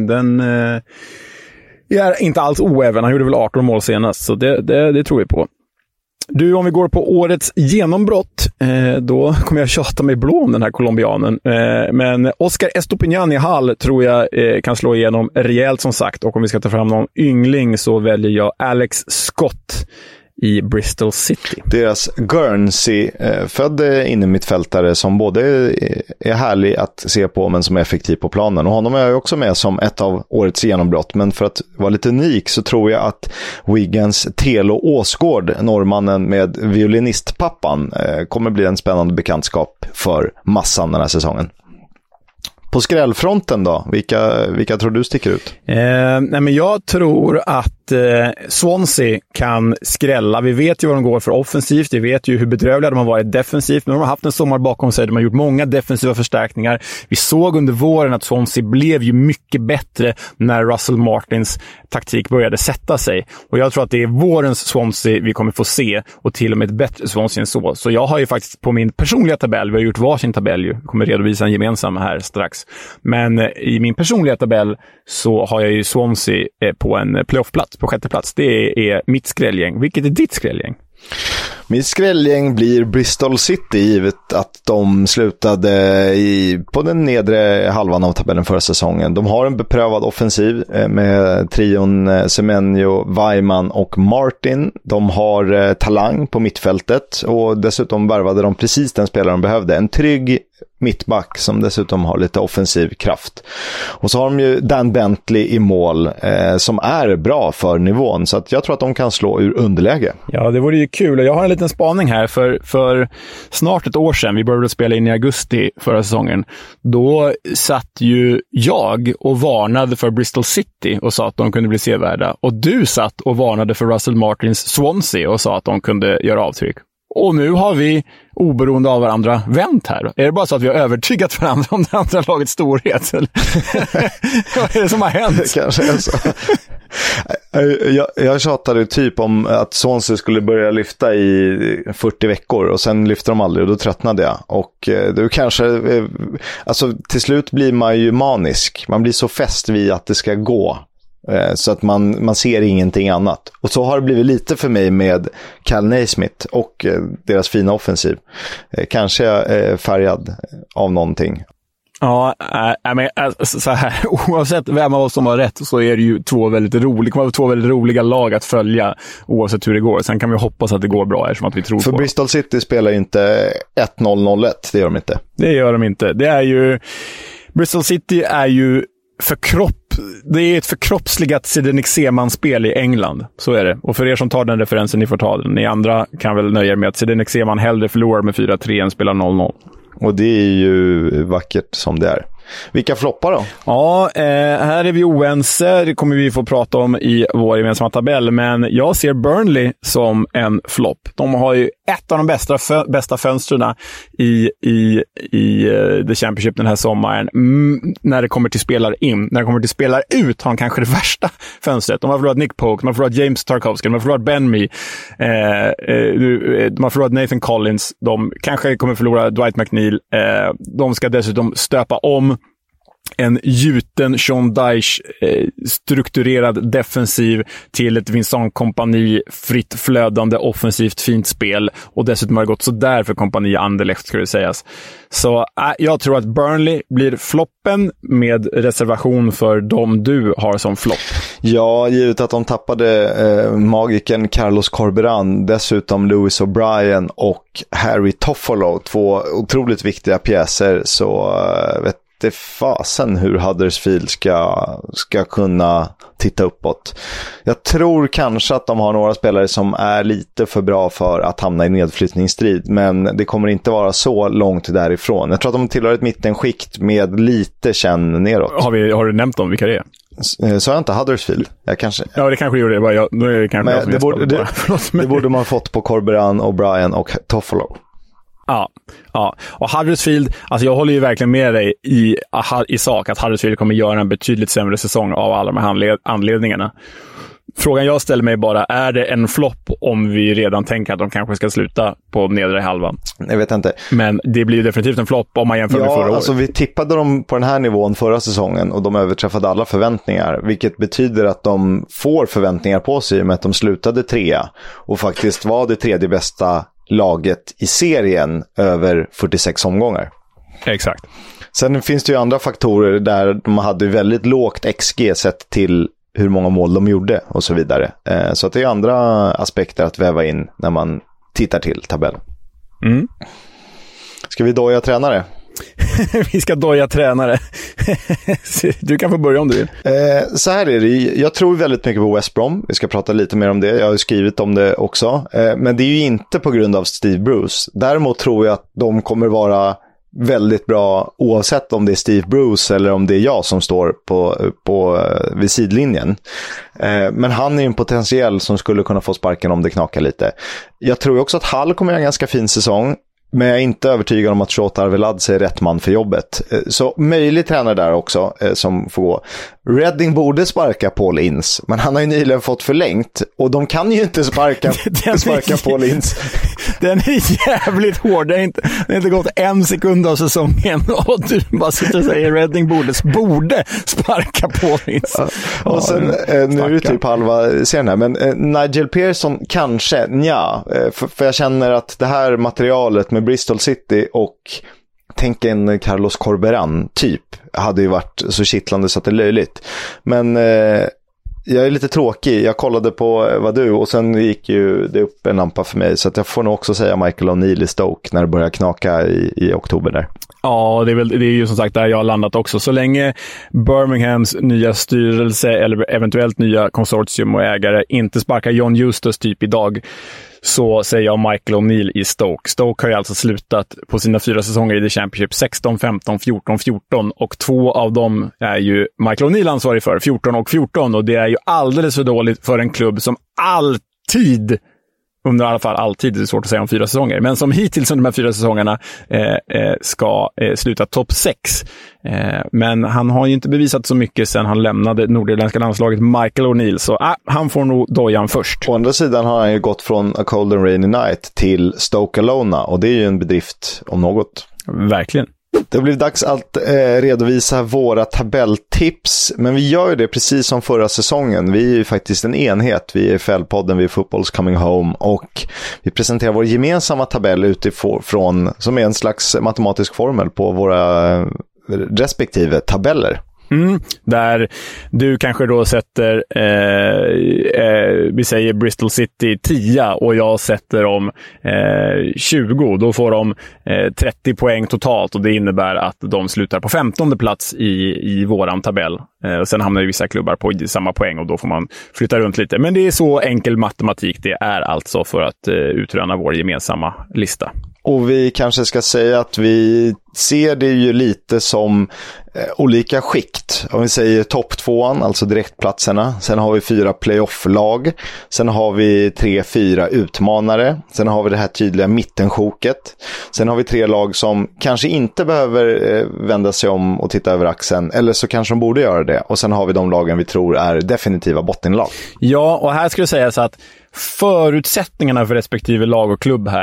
är inte alls oäven. Han gjorde väl 18 mål senast, så det tror vi på. Du, om vi går på årets genombrott, då kommer jag tjata mig blå om den här colombianen. Men Oscar Estupiñán i Hall tror jag kan slå igenom rejält som sagt. Och om vi ska ta fram någon yngling så väljer jag Alex Scott i Bristol City. Deras Guernsey, född innermittfältare som både är härlig att se på men som är effektiv på planen. Och honom är jag också med som ett av årets genombrott. Men för att vara lite unik så tror jag att Wigans Telo Åsgård, norrmannen med violinistpappan, kommer bli en spännande bekantskap för massan den här säsongen. På skrällfronten då, vilka tror du sticker ut? Nej, men jag tror att Swansea kan skrälla. Vi vet ju vad de går för offensivt. Vi vet ju hur bedrövliga de har varit defensivt. Men de har haft en sommar bakom sig. De har gjort många defensiva förstärkningar. Vi såg under våren att Swansea blev ju mycket bättre när Russell Martins taktik började sätta sig. Och jag tror att det är vårens Swansea vi kommer få se. Och till och med ett bättre Swansea än så. Så jag har ju faktiskt på min personliga tabell, vi har gjort varsin tabell ju. Jag kommer redovisa en gemensam här strax. Men i min personliga tabell så har jag ju Swansea på en playoffplats, på sjätte plats. Det är mitt skrällgäng. Vilket är ditt skrällgäng? Mitt skrällgäng blir Bristol City, givet att de slutade på den nedre halvan av tabellen förra säsongen. De har en beprövad offensiv med trion Semenyo, Weimann och Martin. De har talang på mittfältet och dessutom värvade de precis den spelare de behövde. En trygg mittback som dessutom har lite offensiv kraft. Och så har de ju Dan Bentley i mål som är bra för nivån, så att jag tror att de kan slå ur underläge. Ja, det vore ju kul. Jag har en liten spaning här för snart ett år sedan, vi började spela in i augusti förra säsongen. Då satt ju jag och varnade för Bristol City och sa att de kunde bli sevärda. Och du satt och varnade för Russell Martins Swansea och sa att de kunde göra avtryck. Och nu har vi, oberoende av varandra, vänt här. Är det bara så att vi har övertygat varandra om det andra lagets storhet? Vad är det som har hänt? Kanske är så. Jag tjatade typ om att Swansea skulle börja lyfta i 40 veckor och sen lyfter de aldrig och då tröttnade jag. Och du kanske, alltså till slut blir man ju manisk. Man blir så fäst vid att det ska gå. Så att man ser ingenting annat. Och så har det blivit lite för mig med Cal Naismith och deras fina offensiv. Kanske jag är färgad av någonting. Ja, men så här, oavsett vem av oss som har rätt så är det ju två väldigt roliga lag att följa oavsett hur det går. Sen kan vi hoppas att det går bra eftersom att vi tror för på. För Bristol City spelar ju inte 1-0-0-1, det gör de inte. Det gör de inte. Det är ju, Bristol City är ju det är ett förkroppsligat Zdeněk Zeman-spel i England. Så är det. Och för er som tar den referensen, ni får ta den. Ni andra kan väl nöja er med att Zdeněk Zeman hellre förlorar med 4-3 än spelar 0-0. Och det är ju vackert som det är. Vilka floppar då? Ja, här är vi oense. Det kommer vi få prata om i vår gemensamma tabell. Men jag ser Burnley som en flopp. De har ju ett av de bästa fönsterna i The Championship den här sommaren. När det kommer till spelare in. När det kommer till spelare ut har de kanske det värsta fönstret. De har förlorat Nick Pope, de har förlorat James Tarkowski, de har förlorat Ben Mee. De har förlorat Nathan Collins. De kanske kommer förlora Dwight McNeil. De ska dessutom stöpa om en gjuten Sean Dyche strukturerad defensiv till ett Vincent Kompani fritt flödande offensivt fint spel, och dessutom har det gått så där för Kompani Anderlecht, ska det sägas. Så jag tror att Burnley blir floppen med reservation för dem du har som flopp. Ja, givet att de tappade magiken Carlos Corberan, dessutom Lewis O'Brien och Harry Toffolo, 2 otroligt viktiga pjäser, så vet det fasen hur Huddersfield ska kunna titta uppåt. Jag tror kanske att de har några spelare som är lite för bra för att hamna i nedflyttningsstrid, men det kommer inte vara så långt därifrån. Jag tror att de tillhör ett mittenskikt med lite känn neråt. Har du nämnt dem vilka det är? Så jag inte Huddersfield. Jag kanske... Ja, det kanske gjorde det. Det borde man fått på Corberan, O'Brien och Toffolo. Ja. Och Huddersfield, alltså jag håller ju verkligen med dig i sak att Huddersfield kommer göra en betydligt sämre säsong av alla de här anledningarna. Frågan jag ställer mig bara, är det en flopp om vi redan tänker att de kanske ska sluta på nedre halvan? Jag vet inte. Men det blir definitivt en flopp om man jämför med förra året. Alltså vi tippade dem på den här nivån förra säsongen och de överträffade alla förväntningar, vilket betyder att de får förväntningar på sig med att de slutade 3 och faktiskt var det 3:e bästa laget i serien över 46 omgångar. Exakt. Sen finns det ju andra faktorer där de hade väldigt lågt XG sett till hur många mål de gjorde och så vidare. Så att det är andra aspekter att väva in när man tittar till tabellen. Ska vi doja tränare? Vi ska doja tränare. Du kan få börja om du vill. Så här är det. Jag tror väldigt mycket på West Brom. Vi ska prata lite mer om det. Jag har skrivit om det också. Men det är ju inte på grund av Steve Bruce. Däremot tror jag att de kommer vara väldigt bra oavsett om det är Steve Bruce eller om det är jag som står vid sidlinjen. Men han är ju en potentiell som skulle kunna få sparken om det knakar lite. Jag tror också att Hall kommer göra en ganska fin säsong. Men jag är inte övertygad om att Shota Arveladze är rätt man för jobbet. Så möjligt tränare där också som får gå. Reading borde sparka Paul Ince, men han har ju nyligen fått förlängt. Och de kan ju inte sparka Paul Ince. Den är jävligt hård. Det har inte gått 1 sekund av säsongen. Och du bara sitter och säger Reading borde sparka Paul Ince. Ja, och sen, nu är det typ halva serien här. Men Nigel Pearson kanske, för jag känner att det här materialet med Bristol City och tänk en Carlos Corberan typ hade ju varit så kittlande så att det är löjligt. Men jag är lite tråkig. Jag kollade på vad du och sen gick ju det upp en lampa för mig, så att jag får nog också säga Michael O'Neill i Stoke när det börjar knaka i oktober där. Ja, det är ju som sagt där jag har landat också. Så länge Birminghams nya styrelse eller eventuellt nya konsortium och ägare inte sparkar John Eustace typ idag, så säger jag Michael O'Neill i Stoke. Stoke har ju alltså slutat på sina 4 säsonger i The Championship 16, 15, 14, 14 och 2 av dem är ju Michael O'Neill ansvarig för, 14 och 14, och det är ju alldeles för dåligt för en klubb som alltid, under i alla fall alltid, det är svårt att säga om 4 säsonger, men som hittills under de här 4 säsongerna ska sluta topp 6. Men han har ju inte bevisat så mycket sedan han lämnade nordirländska landslaget, Michael O'Neill, så han får nog dojan först. Å andra sidan har han ju gått från A Cold and Rainy Night till Stoke Alona, och det är ju en bedrift om något. Verkligen. Det blir dags att redovisa våra tabelltips, men vi gör ju det precis som förra säsongen. Vi är ju faktiskt en enhet, vi är FL-podden, vi är Football's Coming Home, och vi presenterar vår gemensamma tabell utifrån, som är en slags matematisk formel på våra respektive tabeller. Där du kanske då sätter vi säger Bristol City 10 och jag sätter dem 20. Då får de 30 poäng totalt, och det innebär att de slutar på 15:e plats i våran tabell. Sen hamnar ju vissa klubbar på samma poäng och då får man flytta runt lite. Men det är så enkel matematik det är alltså för att utröna vår gemensamma lista. Och vi kanske ska säga att vi ser det ju lite som olika skikt. Om vi säger topp 2:an, alltså direktplatserna. Sen har vi 4 playoff-lag. Sen har vi 3-4 utmanare. Sen har vi det här tydliga mittensjoket. Sen har vi 3 lag som kanske inte behöver vända sig om och titta över axeln. Eller så kanske de borde göra det. Och sen har vi de lagen vi tror är definitiva bottenlag. Ja, och här skulle jag säga så att förutsättningarna för respektive lag och klubb här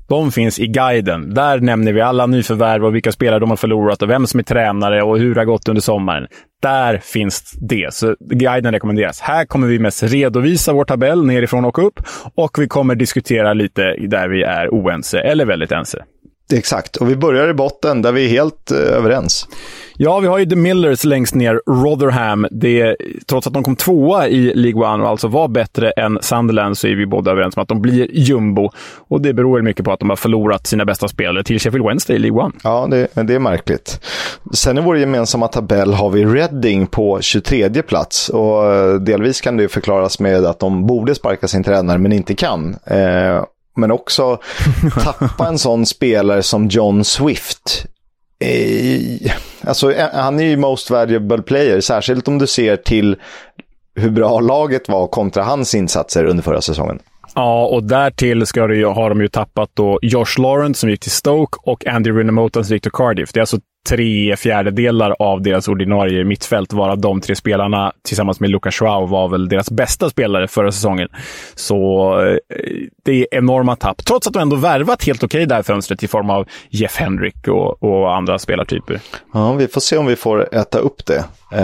de finns i guiden. Där nämner vi alla nyförvärv och vilka spelare de har förlorat och vem som är tränare och hur det har gått under sommaren. Där finns det. Så guiden rekommenderas. Här kommer vi mest redovisa vår tabell nerifrån och upp, och vi kommer diskutera lite där vi är oense eller väldigt ense. Exakt, och vi börjar i botten där vi är helt överens. Ja, vi har ju The Millers längst ner, Rotherham. Trots att de kom 2:a i League One och alltså var bättre än Sunderland, så är vi båda överens om att de blir jumbo. Och det beror mycket på att de har förlorat sina bästa spelare till Sheffield Wednesday i League One. Ja, det är märkligt. Sen i vår gemensamma tabell har vi Reading på 23:e plats. Och delvis kan det förklaras med att de borde sparka sin tränare men inte kan. Men också tappa en sån spelare som John Swift. Alltså, han är ju most valuable player, särskilt om du ser till hur bra laget var kontra hans insatser under förra säsongen. Ja, och därtill har de ju tappat då Josh Lawrence som gick till Stoke och Andy Rinomhota som gick till Cardiff. Det är alltså 3/4 av deras ordinarie mittfält, varav de 3 spelarna tillsammans med Lucas Joao var väl deras bästa spelare förra säsongen. Så det är enorma tapp. Trots att de ändå värvat helt okej där fönstret i form av Jeff Hendrick och andra spelartyper. Ja, vi får se om vi får äta upp det.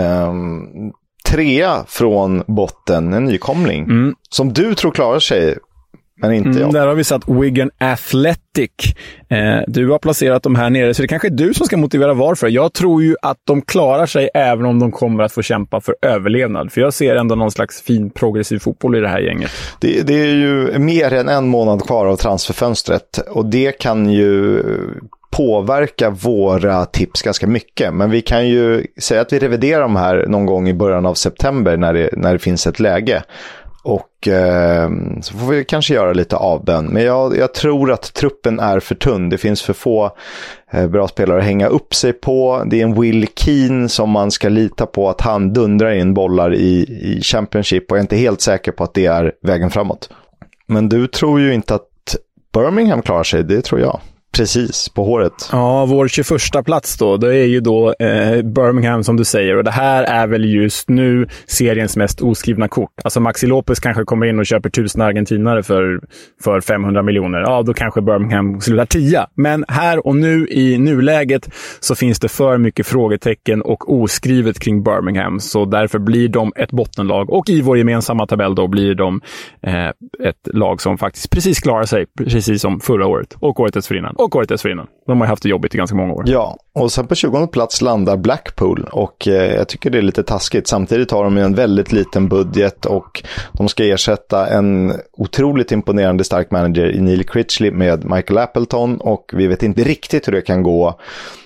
3 från botten, en nykomling. Som du tror klarar sig, men inte jag. Där har vi satt Wigan Athletic. Du har placerat dem här nere, så det kanske är du som ska motivera varför. Jag tror ju att de klarar sig även om de kommer att få kämpa för överlevnad. För jag ser ändå någon slags fin progressiv fotboll i det här gänget. Det är ju mer än en månad kvar av transferfönstret, och det kan ju påverka våra tips ganska mycket. Men vi kan ju säga att vi reviderar de här någon gång i början av september när det finns ett läge. Och så får vi kanske göra lite avbön. Men jag tror att truppen är för tunn. Det finns för få bra spelare att hänga upp sig på. Det är en Will Keane som man ska lita på att han dundrar in bollar i Championship. Och jag är inte helt säker på att det är vägen framåt. Men du tror ju inte att Birmingham klarar sig. Det tror jag. Precis, på håret. Ja, vår 21:a plats då, det är ju då Birmingham som du säger, och det här är väl just nu seriens mest oskrivna kort. Alltså Maxi Lopez kanske kommer in och köper 1000 argentinare för 500 miljoner. Ja, då kanske Birmingham slutar 10. Men här och nu i nuläget så finns det för mycket frågetecken och oskrivet kring Birmingham, så därför blir de ett bottenlag, och i vår gemensamma tabell då blir de ett lag som faktiskt precis klarar sig, precis som förra året och året dessförinnan. De har haft det jobbigt i ganska många år. Ja, och sen på 20:e plats landar Blackpool, och jag tycker det är lite taskigt. Samtidigt har de en väldigt liten budget och de ska ersätta en otroligt imponerande stark manager i Neil Critchley med Michael Appleton, och vi vet inte riktigt hur det kan gå.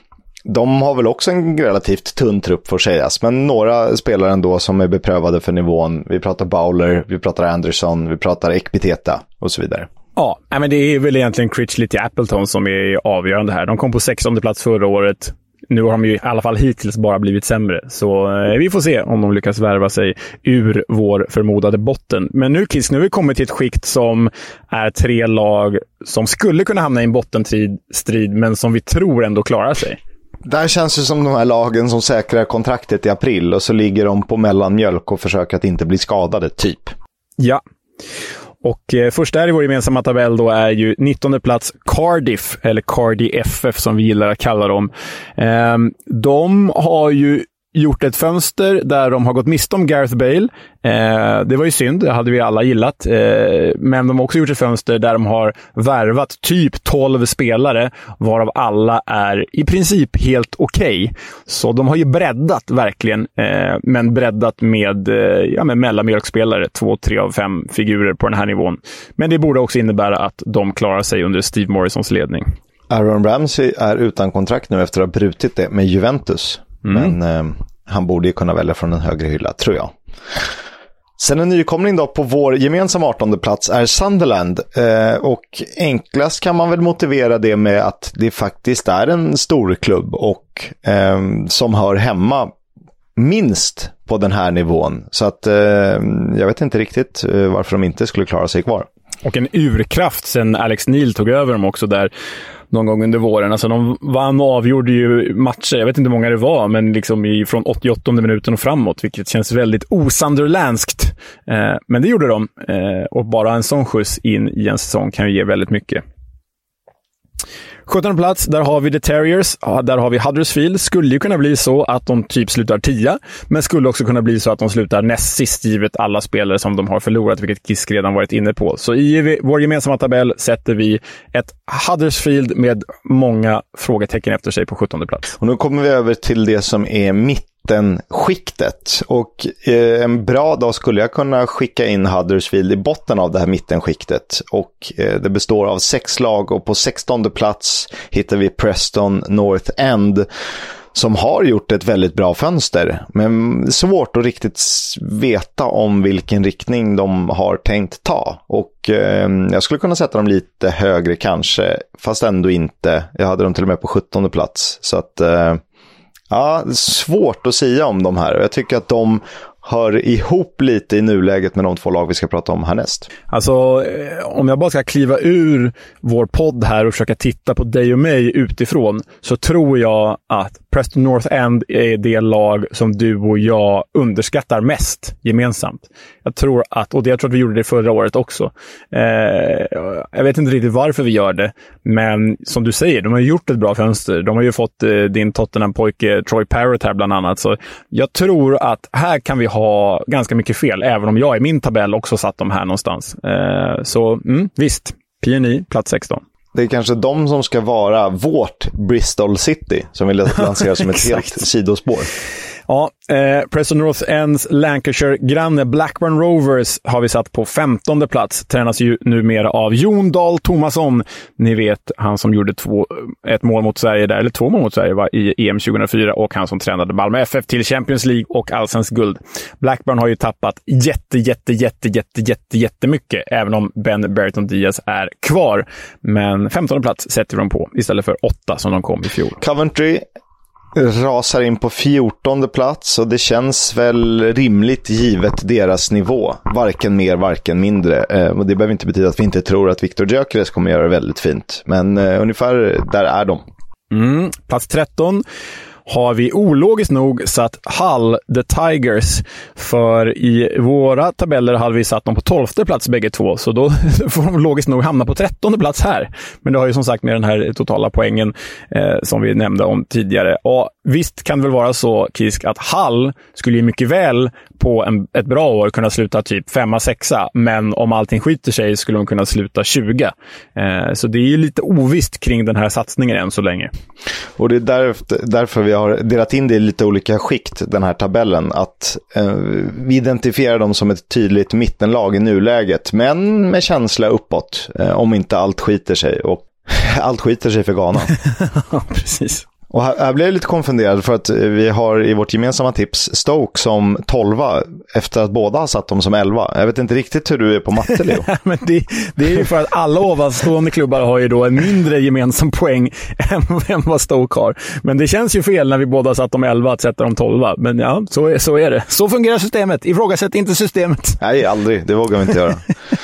De har väl också en relativt tunn trupp får sägas, men några spelare ändå som är beprövade för nivån. Vi pratar Bowler, vi pratar Anderson, vi pratar Ekpiteta och så vidare. Ja, men det är väl egentligen Critchley till Appleton som är avgörande här. De kom på 16:e plats förra året. Nu har de ju i alla fall hittills bara blivit sämre. Så vi får se om de lyckas värva sig ur vår förmodade botten. Men nu har vi kommit till ett skikt som är 3 lag som skulle kunna hamna i en bottenstrid, men som vi tror ändå klarar sig. Där känns det som de här lagen som säkrar kontraktet i april, och så ligger de på mellanmjölk och försöker att inte bli skadade, typ. Ja. Och först där i vår gemensamma tabell då är ju 19:e plats Cardiff, eller Cardiff FF som vi gillar att kalla dem. De har ju gjort ett fönster där de har gått miste om Gareth Bale. Det var ju synd, det hade vi alla gillat. Men de har också gjort ett fönster där de har värvat typ 12 spelare, varav alla är i princip helt okej. Så de har ju breddat verkligen, men breddat med mellanmjölkspelare, 2-3 av 5 figurer på den här nivån. Men det borde också innebära att de klarar sig under Steve Morrisons ledning. Aaron Ramsey är utan kontrakt nu efter att ha brutit det med Juventus. Men han borde ju kunna välja från en högre hylla, tror jag. Sen en nykomling då på vår gemensamma 18:e plats är Sunderland. Och enklast kan man väl motivera det med att det faktiskt är en stor klubb och som hör hemma minst på den här nivån. Så att jag vet inte riktigt varför de inte skulle klara sig kvar. Och en urkraft sen Alex Neil tog över dem också där någon gång under våren. Alltså de vann och avgjorde ju matcher, jag vet inte hur många det var, men liksom från 88:e minuten och framåt, vilket känns väldigt osunderländskt. Men det gjorde de. Och bara en sån skjuts in i en säsong kan ju ge väldigt mycket. 17:e plats, där har vi The Terriers. Där har vi Huddersfield. Skulle ju kunna bli så att de typ slutar 10, men skulle också kunna bli så att de slutar näst sist givet alla spelare som de har förlorat, vilket Kisk redan varit inne på. Så i vår gemensamma tabell sätter vi ett Huddersfield med många frågetecken efter sig på 17:e plats. Och nu kommer vi över till det som är mittenskiktet. Och en bra dag skulle jag kunna skicka in Huddersfield i botten av det här mittenskiktet. Och det består av 6 lag, och på 16:e plats hittar vi Preston North End, som har gjort ett väldigt bra fönster. Men svårt att riktigt veta om vilken riktning de har tänkt ta. Och jag skulle kunna sätta dem lite högre kanske, fast ändå inte. Jag hade dem till och med på 17:e plats. Så att ja, svårt att säga om de här. Jag tycker att de hör ihop lite i nuläget med de 2 lag vi ska prata om härnäst. Alltså, om jag bara ska kliva ur vår podd här och försöka titta på dig och mig utifrån, så tror jag att Preston North End är det lag som du och jag underskattar mest gemensamt. Jag tror att vi gjorde det förra året också. Jag vet inte riktigt varför vi gör det, men som du säger, de har gjort ett bra fönster. De har ju fått din Tottenham-pojke Troy Parrott här bland annat. Så jag tror att här kan vi ha ganska mycket fel, även om jag i min tabell också satt dem här någonstans. Så visst, PNI, plats 16. Det är kanske de som ska vara vårt Bristol City, som vi lanserar som ett helt sidospår. Ja, Preston North Ends Lancashire-granne Blackburn Rovers har vi satt på 15:e plats. Tränas ju numera av Jon Dahl Tomasson. Ni vet, han som gjorde 2 mål mot Sverige i EM 2004, och han som tränade Malmö FF till Champions League och Allsvensk guld. Blackburn har ju tappat jättemycket, även om Ben Berton Diaz är kvar. Men 15:e plats sätter de på istället för 8 som de kom i fjol. Coventry rasar in på 14:e plats, och det känns väl rimligt givet deras nivå. Varken mer, varken mindre. Och det behöver inte betyda att vi inte tror att Viktor Gyökeres kommer göra det väldigt fint. Men ungefär där är de. Plats 13 har vi ologiskt nog satt Hull the Tigers, för i våra tabeller hade vi satt dem på 12:e plats bägge två, så då får de logiskt nog hamna på 13:e plats här. Men det har ju som sagt med den här totala poängen som vi nämnde om tidigare. Och visst kan det väl vara så, Kisk, att Hull skulle ju mycket väl på ett bra år kunna sluta typ 5-6, men om allting skiter sig skulle de kunna sluta 20. Så det är ju lite ovisst kring den här satsningen än så länge. Och det är därför vi har delat in det i lite olika skikt, den här tabellen, att vi identifierar dem som ett tydligt mittenlag i nuläget, men med känsla uppåt, om inte allt skiter sig, och allt skiter sig för Ghana. Ja, precis. Och här blir jag lite konfunderad, för att vi har i vårt gemensamma tips Stoke som 12 efter att båda har satt dem som 11. Jag vet inte riktigt hur du är på matte, Leo. Men det är ju för att alla ovanstående klubbar har ju då en mindre gemensam poäng än vad Stoke har. Men det känns ju fel när vi båda satt dem 11 att sätta dem 12. Men ja, så är det. Så fungerar systemet. Ifrågasätt inte systemet. Nej, aldrig. Det vågar vi inte göra.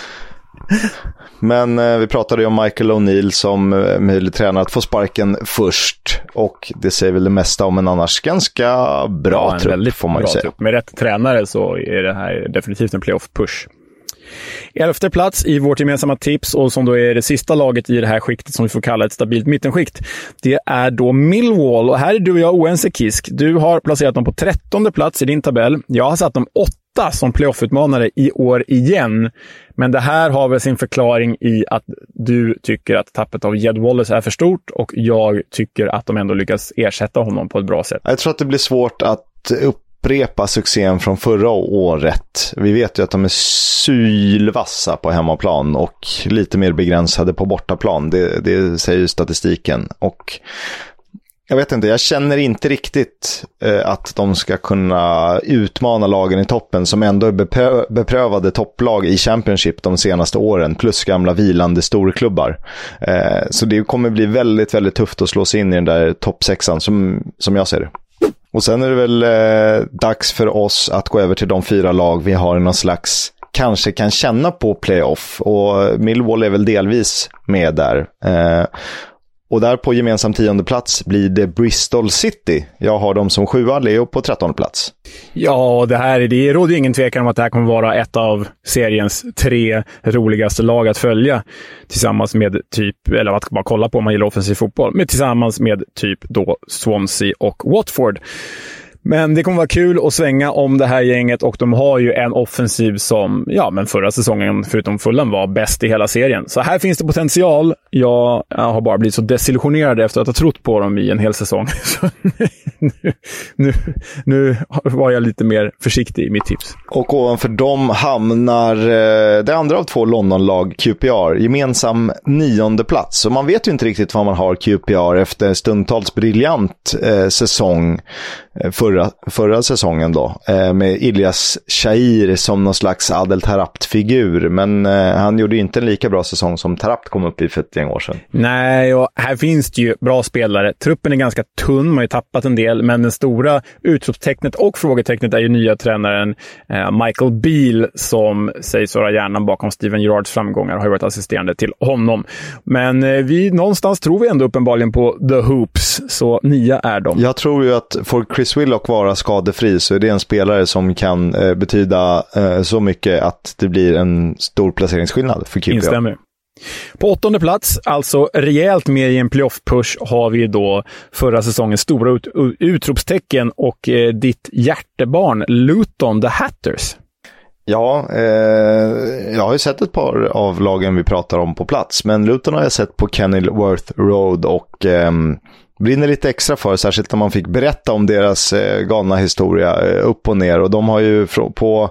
Men vi pratade ju om Michael O'Neill som möjlig tränare att få sparken först, och det säger väl det mesta om en annars ganska bra trupp, får man ju säga. Trupp. Med rätt tränare så är det här definitivt en playoff-push. 11:e plats i vårt gemensamma tips, och som då är det sista laget i det här skiktet som vi får kalla ett stabilt mittenskikt, det är då Millwall. Och här är du och jag oense, Kisk. Du har placerat dem på 13:e plats i din tabell. Jag har satt dem 8 som playoff-utmanare i år igen. Men det här har väl sin förklaring i att du tycker att tappet av Jed Wallace är för stort, och jag tycker att de ändå lyckas ersätta honom på ett bra sätt. Jag tror att det blir svårt att upprepa succén från förra året. Vi vet ju att de är sylvassa på hemmaplan och lite mer begränsade på bortaplan. Det säger ju statistiken. Och jag vet inte, jag känner inte riktigt att de ska kunna utmana lagen i toppen som ändå är beprövade topplag i Championship de senaste åren, plus gamla vilande storklubbar. Så det kommer bli väldigt, väldigt tufft att slå sig in i den där topp 6an som jag ser det. Och sen är det väl dags för oss att gå över till de 4 lag vi har i någon slags kanske kan känna på playoff, och Millwall är väl delvis med där. Och där på gemensam 10:e plats blir det Bristol City. Jag har dem som 7, Leo på 13:e plats. Ja, det råder ju ingen tvekan om att det här kommer vara ett av seriens 3 roligaste lag att följa. Tillsammans med eller att bara kolla på om man gillar offensiv fotboll. Men tillsammans med då Swansea och Watford. Men det kommer vara kul att svänga om det här gänget, och de har ju en offensiv som, men förra säsongen förutom Fulham var bäst i hela serien. Så här finns det potential. Jag har bara blivit så desillusionerad efter att ha trott på dem i en hel säsong. Så nu var jag lite mer försiktig i mitt tips. Och ovanför dem hamnar det andra av 2 Londonlag, QPR, gemensam 9:e plats. Så man vet ju inte riktigt vad man har QPR efter stundtals briljant säsong förra säsongen då, med Ilyas Shair som någon slags Adel Tarabt-figur, men han gjorde inte en lika bra säsong som Tarabt kom upp i för ett gäng år sedan. Nej, och här finns det ju bra spelare. Truppen är ganska tunn, man har ju tappat en del, men den stora utropstecknet och frågetecknet är ju nya tränaren Michael Beale, som sägs vara hjärnan bakom Steven Gerrards framgångar och har varit assisterande till honom. Men någonstans tror vi ändå uppenbarligen på The Hoops, så 9 är de. Jag tror ju att får Chris Willock vara skadefri så är det en spelare som kan betyda så mycket att det blir en stor placeringsskillnad för QPR. Instämmer. På 8:e plats, alltså rejält med i en playoff-push, har vi då förra säsongens stora utropstecken och ditt hjärtebarn Luton, The Hatters. Ja, jag har ju sett ett par av lagen vi pratar om på plats, men Luton har jag sett på Kenilworth Road och brinner lite extra för, särskilt när man fick berätta om deras galna historia upp och ner. Och de har ju på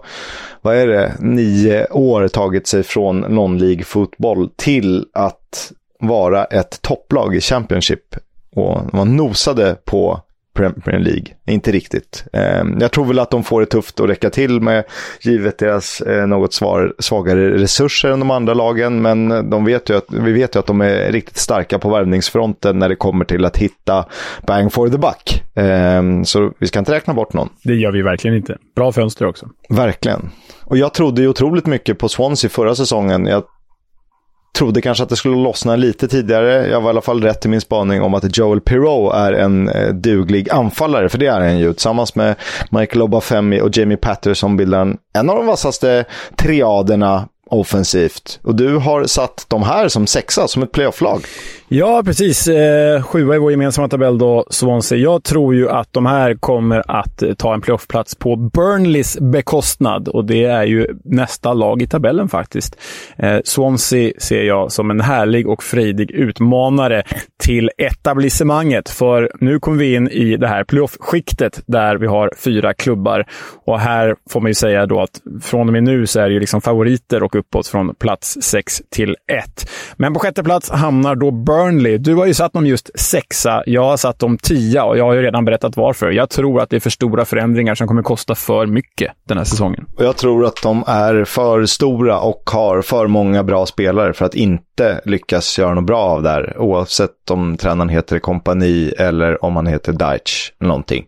9 år tagit sig från non-league fotboll till att vara ett topplag i Championship. Och man nosade på Premier League. Inte riktigt. Jag tror väl att de får det tufft att räcka till med, givet deras något svagare resurser än de andra lagen, men vi vet ju att de är riktigt starka på värvningsfronten när det kommer till att hitta bang for the buck. Så vi ska inte räkna bort någon. Det gör vi verkligen inte. Bra fönster också. Verkligen. Och jag trodde ju otroligt mycket på Swansea förra säsongen. Jag trodde kanske att det skulle lossna lite tidigare. Jag var i alla fall rätt i min spaning om att Joel Pirou är en duglig anfallare, för det är han ju. Tillsammans med Michael Obafemi och Jamie Patterson bildar en av de vassaste triaderna offensivt. Och du har satt de här som 6:a, som ett playoff-lag. Ja, precis. 7:a i vår gemensamma tabell då, Swansea. Jag tror ju att de här kommer att ta en playoff-plats på Burnleys bekostnad. Och det är ju nästa lag i tabellen faktiskt. Swansea ser jag som en härlig och frejdig utmanare till etablissemanget. För nu kommer vi in i det här playoff-skiktet där vi har 4 klubbar. Och här får man ju säga då att från och med nu så är det ju liksom favoriter och uppåt från plats 6 till 1. Men på 6:e plats hamnar då Burnley. Du har ju satt dem just 6:a. Jag har satt dem 10:a och jag har ju redan berättat varför. Jag tror att det är för stora förändringar som kommer kosta för mycket den här säsongen. Och jag tror att de är för stora och har för många bra spelare för att inte lyckas göra något bra av där. Oavsett om tränaren heter Kompani eller om han heter Deitch eller någonting.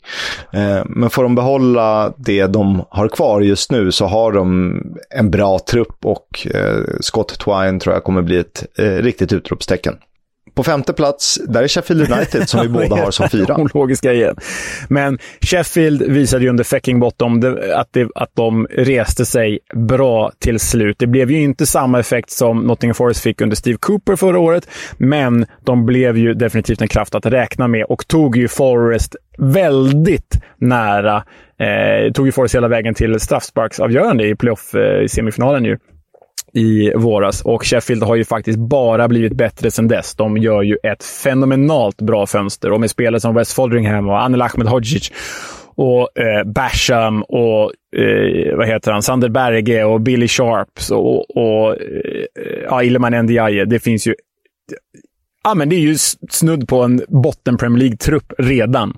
Men får de behålla det de har kvar just nu så har de en bra trupp och Scott Twine tror jag kommer bli ett riktigt utropstecken. På 5:e plats, där är Sheffield United som vi båda har som 4. Logiska igen. Men Sheffield visade ju under Fecking Bottom att de reste sig bra till slut. Det blev ju inte samma effekt som Nottingham Forest fick under Steve Cooper förra året, men de blev ju definitivt en kraft att räkna med och tog ju Forest väldigt nära. Tog ju Forest hela vägen till straffsparksavgörande i playoff i semifinalen ju i våras, och Sheffield har ju faktiskt bara blivit bättre sedan dess. De gör ju ett fenomenalt bra fönster, och med spelare som Wes Foderingham och Anel Ahmedhodzic och Basham och Sander Berge och Billy Sharps och Iliman Ndiaye. Det finns ju men det är ju snudd på en botten Premier League-trupp redan.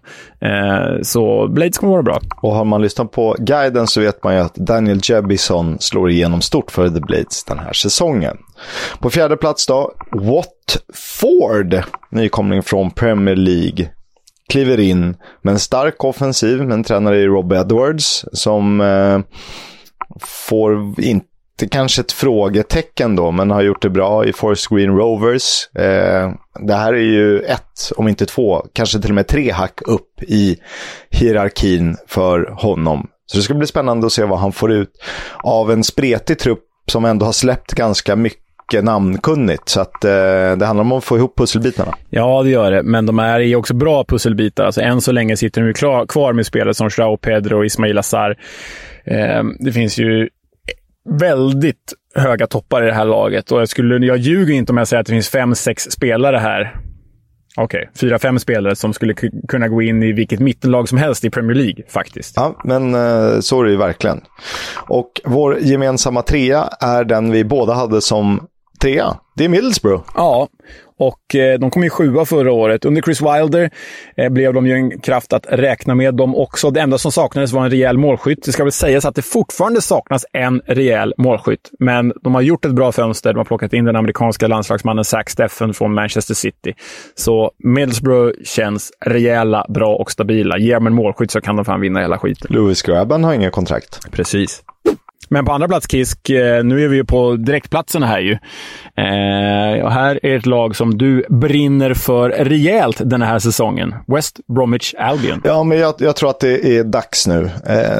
Så Blades kommer vara bra. Och har man lyssnat på guiden så vet man ju att Daniel Jebison slår igenom stort för The Blades den här säsongen. På 4:e plats då, Watford. Nykomling från Premier League. Kliver in med en stark offensiv, med en tränare i Rob Edwards som får inte det är kanske ett frågetecken då, men har gjort det bra i Forest Green Rovers. Det här är ju 1, om inte 2, kanske till och med 3 hack upp i hierarkin för honom. Så det ska bli spännande att se vad han får ut av en spretig trupp som ändå har släppt ganska mycket namnkunnigt. Så att det handlar om att få ihop pusselbitarna. Ja, det gör det. Men de är ju också bra pusselbitar. Alltså, än så länge sitter de ju kvar med spelare som João Pedro och Ismail Assar. Det finns ju väldigt höga toppar i det här laget. Och jag ljuger inte om jag säger att det finns 5-6 spelare här. Okej, 4-5 spelare som skulle kunna gå in i vilket mittenlag som helst i Premier League faktiskt. Ja, men så är det ju verkligen. Och vår gemensamma 3 är den vi båda hade som 3. Det är Middlesbrough. Ja, och de kom ju 7 förra året. Under Chris Wilder blev de ju en kraft att räkna med dem också. Det enda som saknades var en rejäl målskytt. Det ska väl sägas att det fortfarande saknas en rejäl målskytt. Men de har gjort ett bra fönster. De har plockat in den amerikanska landslagsmannen Zach Steffen från Manchester City. Så Middlesbrough känns rejäla, bra och stabila. Ger de en målskytt så kan de fan vinna hela skiten. Lewis Grabban har inga kontrakt. Precis. Men på andra plats, Kisk, nu är vi ju på direktplatserna här ju. Och här är ett lag som du brinner för rejält den här säsongen. West Bromwich Albion. Ja, men jag tror att det är dags nu.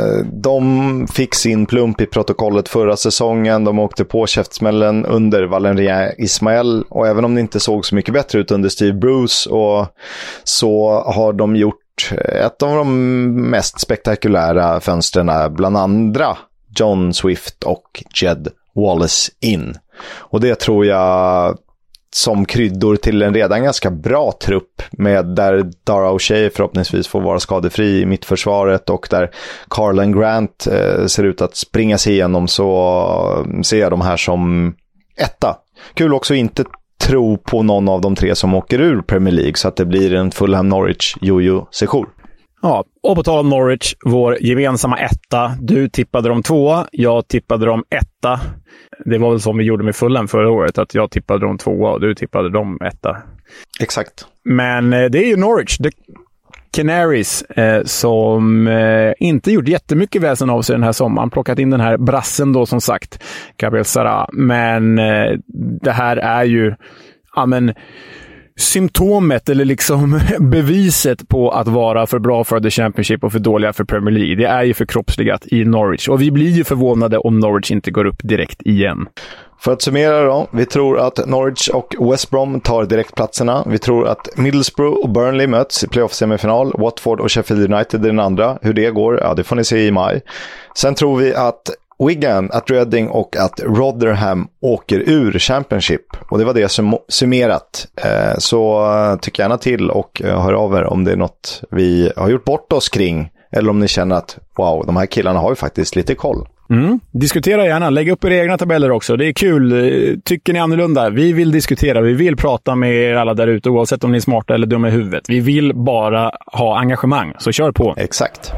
De fick sin plump i protokollet förra säsongen. De åkte på käftsmällen under Valérien Ismaël. Och även om det inte såg så mycket bättre ut under Steve Bruce, och så har de gjort ett av de mest spektakulära fönstren bland andra John Swift och Jed Wallace in. Och det tror jag som kryddor till en redan ganska bra trupp, med där Dara O'Shea förhoppningsvis får vara skadefri i mittförsvaret, och där Carlan Grant ser ut att springa sig igenom, så ser jag de här som 1. Kul också inte tro på någon av de 3 som åker ur Premier League, så att det blir en Fulham Norwich jojo-session. Ja, och på tal om Norwich, vår gemensamma 1. Du tippade dem 2, jag tippade dem 1. Det var väl som vi gjorde med Fulham förra året, att jag tippade dem 2 och du tippade dem 1. Exakt. Men det är ju Norwich, The Canaries, som inte gjort jättemycket väsen av sig den här sommaren. Plockat in den här brassen då, som sagt, Gabriel Sara. Men det här är ju symptomet eller liksom beviset på att vara för bra för The Championship och för dåliga för Premier League. Det är ju förkroppsligat i Norwich. Och vi blir ju förvånade om Norwich inte går upp direkt igen. För att summera då, vi tror att Norwich och West Brom tar direktplatserna. Vi tror att Middlesbrough och Burnley möts i playoff-semifinal. Watford och Sheffield United är den andra. Hur det går, ja, det får ni se i maj. Sen tror vi att Wigan, att Reading och att Rotherham åker ur Championship. Och det var det som summerat. Så tyck gärna till och hör av er om det är något vi har gjort bort oss kring. Eller om ni känner att wow, de här killarna har ju faktiskt lite koll. Diskutera gärna, lägg upp era egna tabeller också. Det är kul, tycker ni annorlunda? Vi vill diskutera, vi vill prata med er alla där ute, oavsett om ni är smarta eller dumma i huvudet. Vi vill bara ha engagemang, så kör på. Exakt.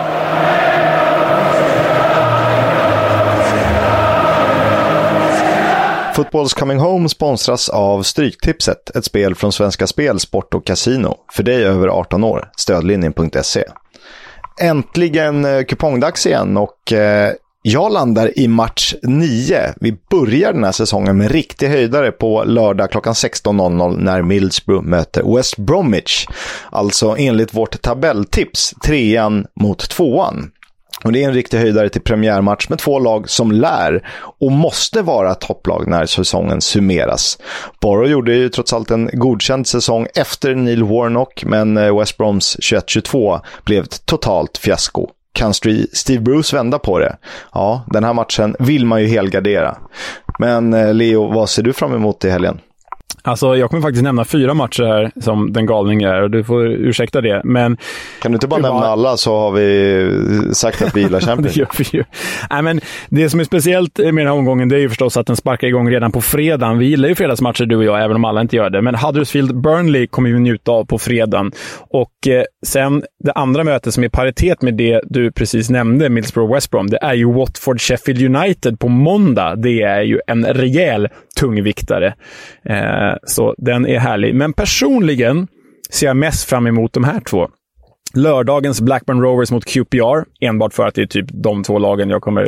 Football's Coming Home sponsras av Stryktipset, ett spel från Svenska Spel, Sport och Casino. För dig över 18 år, stödlinjen.se. Äntligen kupongdags igen, och jag landar i match 9. Vi börjar den här säsongen med riktig höjdare på lördag klockan 16.00 när Middlesbrough möter West Bromwich. Alltså enligt vårt tabelltips 3:an mot 2:an. Och det är en riktig höjdare till premiärmatch med 2 lag som lär och måste vara topplag när säsongen summeras. Borough gjorde ju trots allt en godkänd säsong efter Neil Warnock, men West Broms 21-22 blev ett totalt fiasko. Kan Steve Bruce vända på det? Ja, den här matchen vill man ju helgardera. Men Leo, vad ser du fram emot i helgen? Alltså, jag kommer faktiskt nämna 4 matcher här som den galning är, och du får ursäkta det. Men kan du inte bara nämna alla, så har vi sagt att vi gillar Champions. Det gör vi ju. Nej, men det som är speciellt med den här omgången, det är ju förstås att den sparkar igång redan på fredagen. Vi gillar ju fredagsmatcher, du och jag, även om alla inte gör det. Men Huddersfield-Burnley kommer vi njuta av på fredagen. Och sen det andra mötet som är paritet med det du precis nämnde, Middlesbrough-West Brom, det är ju Watford-Sheffield United på måndag. Det är ju en rejäl tungviktare. Så den är härlig. Men personligen ser jag mest fram emot de här 2. Lördagens Blackburn Rovers mot QPR, enbart för att det är typ de 2 lagen jag kommer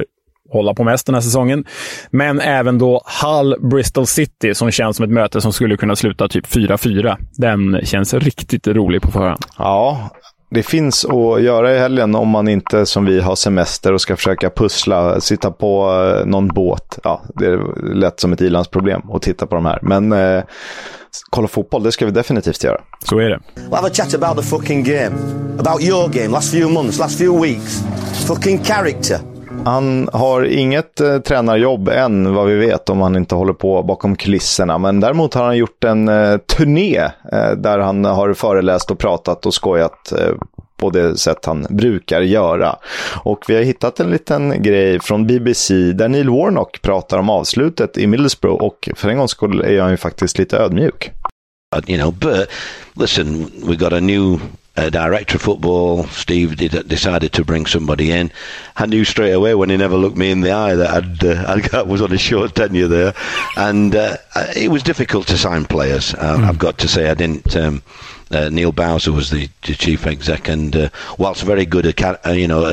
hålla på mest den här säsongen. Men även då Hull Bristol City som känns som ett möte som skulle kunna sluta typ 4-4. Den känns riktigt rolig på förhand. Ja, det finns att göra i helgen om man inte som vi har semester och ska försöka pussla, sitta på någon båt. Ja, det är lätt som ett ilandsproblem att titta på de här. Men kolla fotboll, det ska vi definitivt göra. Så är det. We'll have a chat about the fucking game. About your game, last few months, last few weeks. Fucking character. Han har inget tränarjobb än vad vi vet om han inte håller på bakom kulisserna. Men däremot har han gjort en turné där han har föreläst och pratat och skojat på det sätt han brukar göra. Och vi har hittat en liten grej från BBC där Neil Warnock pratar om avslutet i Middlesbrough och för en gångs skull är han ju faktiskt lite ödmjuk. You know, but listen, we got a new director of football. Steve decided to bring somebody in. I knew straight away when he never looked me in the eye that I was on a short tenure there, and it was difficult to sign players. I've got to say, I didn't. Neil Bowser was the chief exec, and whilst very good at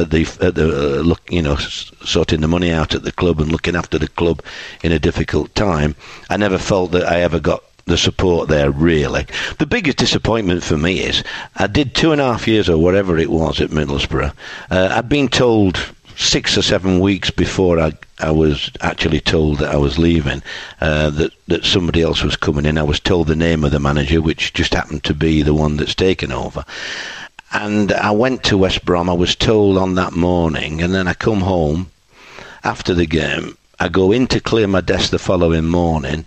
sorting the money out at the club and looking after the club in a difficult time, I never felt that I ever got the support there, really. The biggest disappointment for me is I did 2.5 years or whatever it was at Middlesbrough. I'd been told 6 or 7 weeks before I was actually told that I was leaving, that somebody else was coming in. I was told the name of the manager, which just happened to be the one that's taken over. And I went to West Brom. I was told on that morning, and then I come home after the game. I go in to clear my desk the following morning,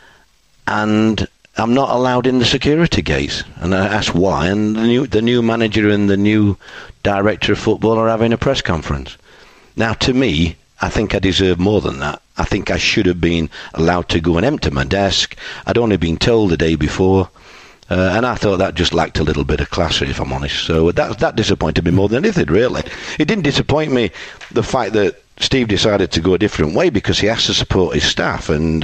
and I'm not allowed in the security gates. And I asked why, and the new manager and the new director of football are having a press conference. Now, to me, I think I deserve more than that. I think I should have been allowed to go and empty my desk. I'd only been told the day before, and I thought that just lacked a little bit of class, if I'm honest. So that disappointed me more than anything, really. It didn't disappoint me, the fact that Steve decided to go a different way because he has to support his staff, and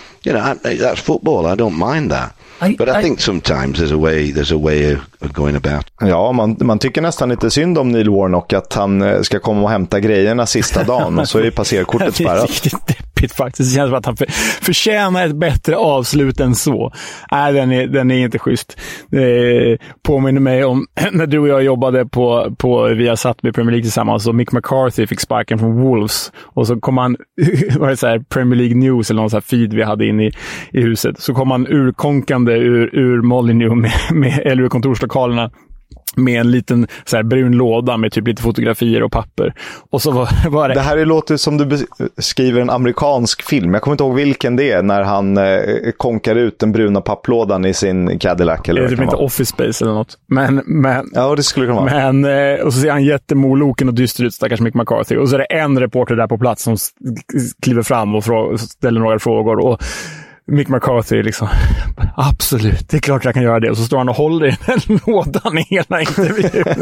that's football. I don't mind that. But I think sometimes there's a way of going about. Ja, man tycker nästan lite synd om Neil Warnock att han ska komma och hämta grejerna sista dagen och så är passerkortet spärrat. Det är riktigt deppigt faktiskt. Det känns som att han förtjänar ett bättre avslut än så. Nej, den är inte schysst. Det påminner mig om när du och jag jobbade på Viasat med Premier League tillsammans och Mick McCarthy fick sparken från Wolves och så kom han var det så här Premier League News eller någon så här feed vi hade in i huset. Så kom han urkonkande ur Molineux eller ur kontorslokalerna med en liten så här brun låda med typ lite fotografier och papper. Och så var det... Det här låter som du beskriver en amerikansk film. Jag kommer inte ihåg vilken det är när han konkar ut den bruna papplådan i sin Cadillac. Eller det är typ inte Office Space eller något. Men ja, det skulle kunna vara. Men, och så ser han jättemoloken och dyster ut, stackars Mick McCarthy. Och så är det en reporter där på plats som kliver fram och ställer några frågor och Mick McCarthy liksom, absolut, det är klart jag kan göra det. Och så står han och håller i den lådan i hela intervjun.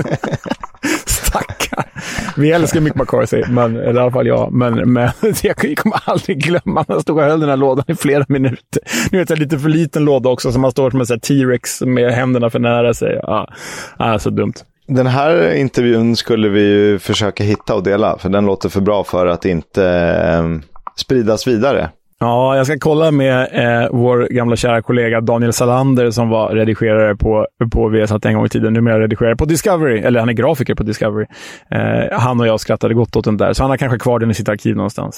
Stackar. Vi älskar Mick McCarthy, men i alla fall jag. Men jag kommer aldrig glömma att han stod och höll den här lådan i flera minuter. Nu vet jag, lite för liten låda också, som man står som en sån här T-Rex med händerna för nära sig. Ja, så dumt. Den här intervjun skulle vi ju försöka hitta och dela, för den låter för bra för att inte spridas vidare. Ja, jag ska kolla med vår gamla kära kollega Daniel Salander som var redigerare på Viasat en gång i tiden. Numera redigerare på Discovery, eller han är grafiker på Discovery. Han och jag skrattade gott åt den där, så han har kanske kvar den i sitt arkiv någonstans.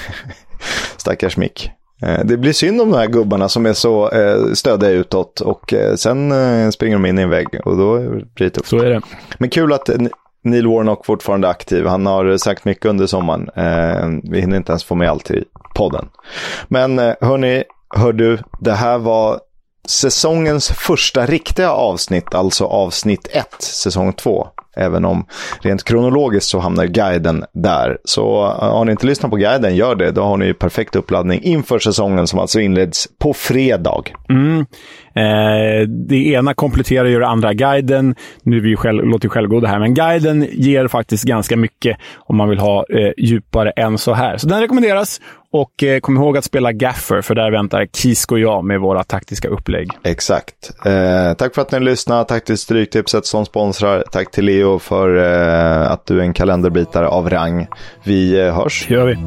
Stackars Mick. Det blir synd om de här gubbarna som är så stödiga utåt och sen springer de in i en vägg och då blir det tufft. Så är det. Men kul att Neil Warnock fortfarande är aktiv. Han har sagt mycket under sommaren. Vi hinner inte ens få med allt i podden. Men hör du, det här var säsongens första riktiga avsnitt, alltså avsnitt 1, säsong 2. Även om rent kronologiskt så hamnar guiden där. Så har ni inte lyssnat på guiden, gör det. Då har ni perfekt uppladdning inför säsongen som alltså inleds på fredag. Det ena kompletterar ju det andra. Guiden, nu är vi låter ju självgoda här, men guiden ger faktiskt ganska mycket om man vill ha djupare än så här. Så den rekommenderas. och kom ihåg att spela Gaffer, för där väntar Kisk och jag med våra taktiska upplägg. Exakt. Tack för att ni lyssnade. Tack till Stryktipset som sponsrar. Tack till Leo för att du är en kalenderbitare av rang. Vi hörs. Gör vi.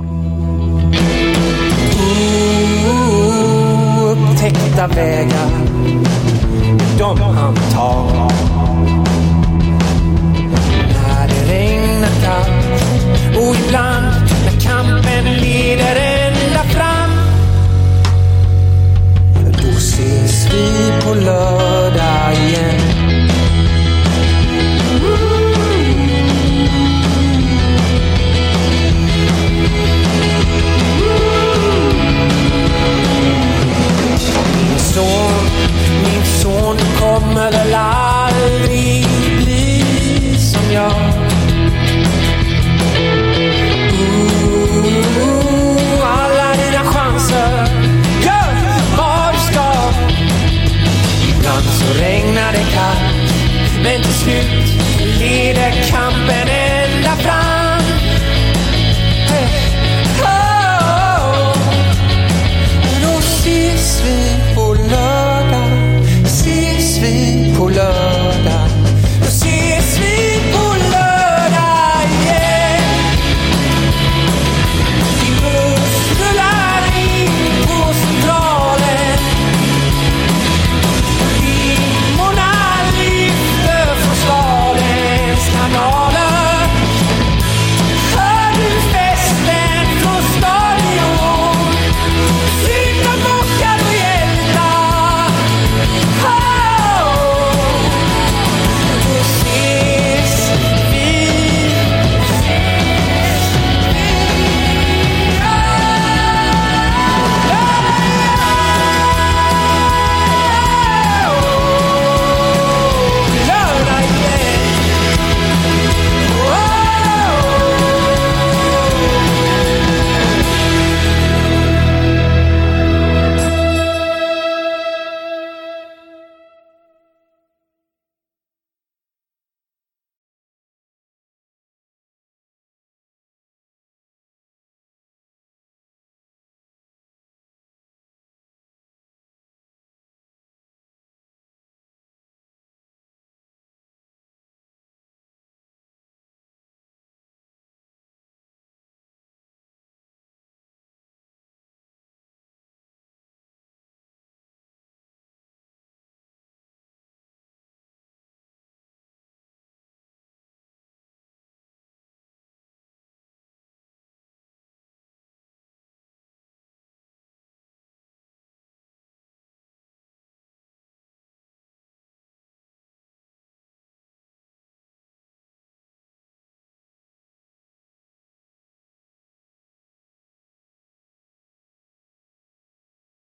Upptäckta vägar, de han tar. När det regnar kallt och ibland när kampen leder ända fram, då ses vi på lördag igen. Min son kommer väl aldrig bli som jag. Alla dina chanser, gör vad du ska. Ibland så regnar det kallt, men till slut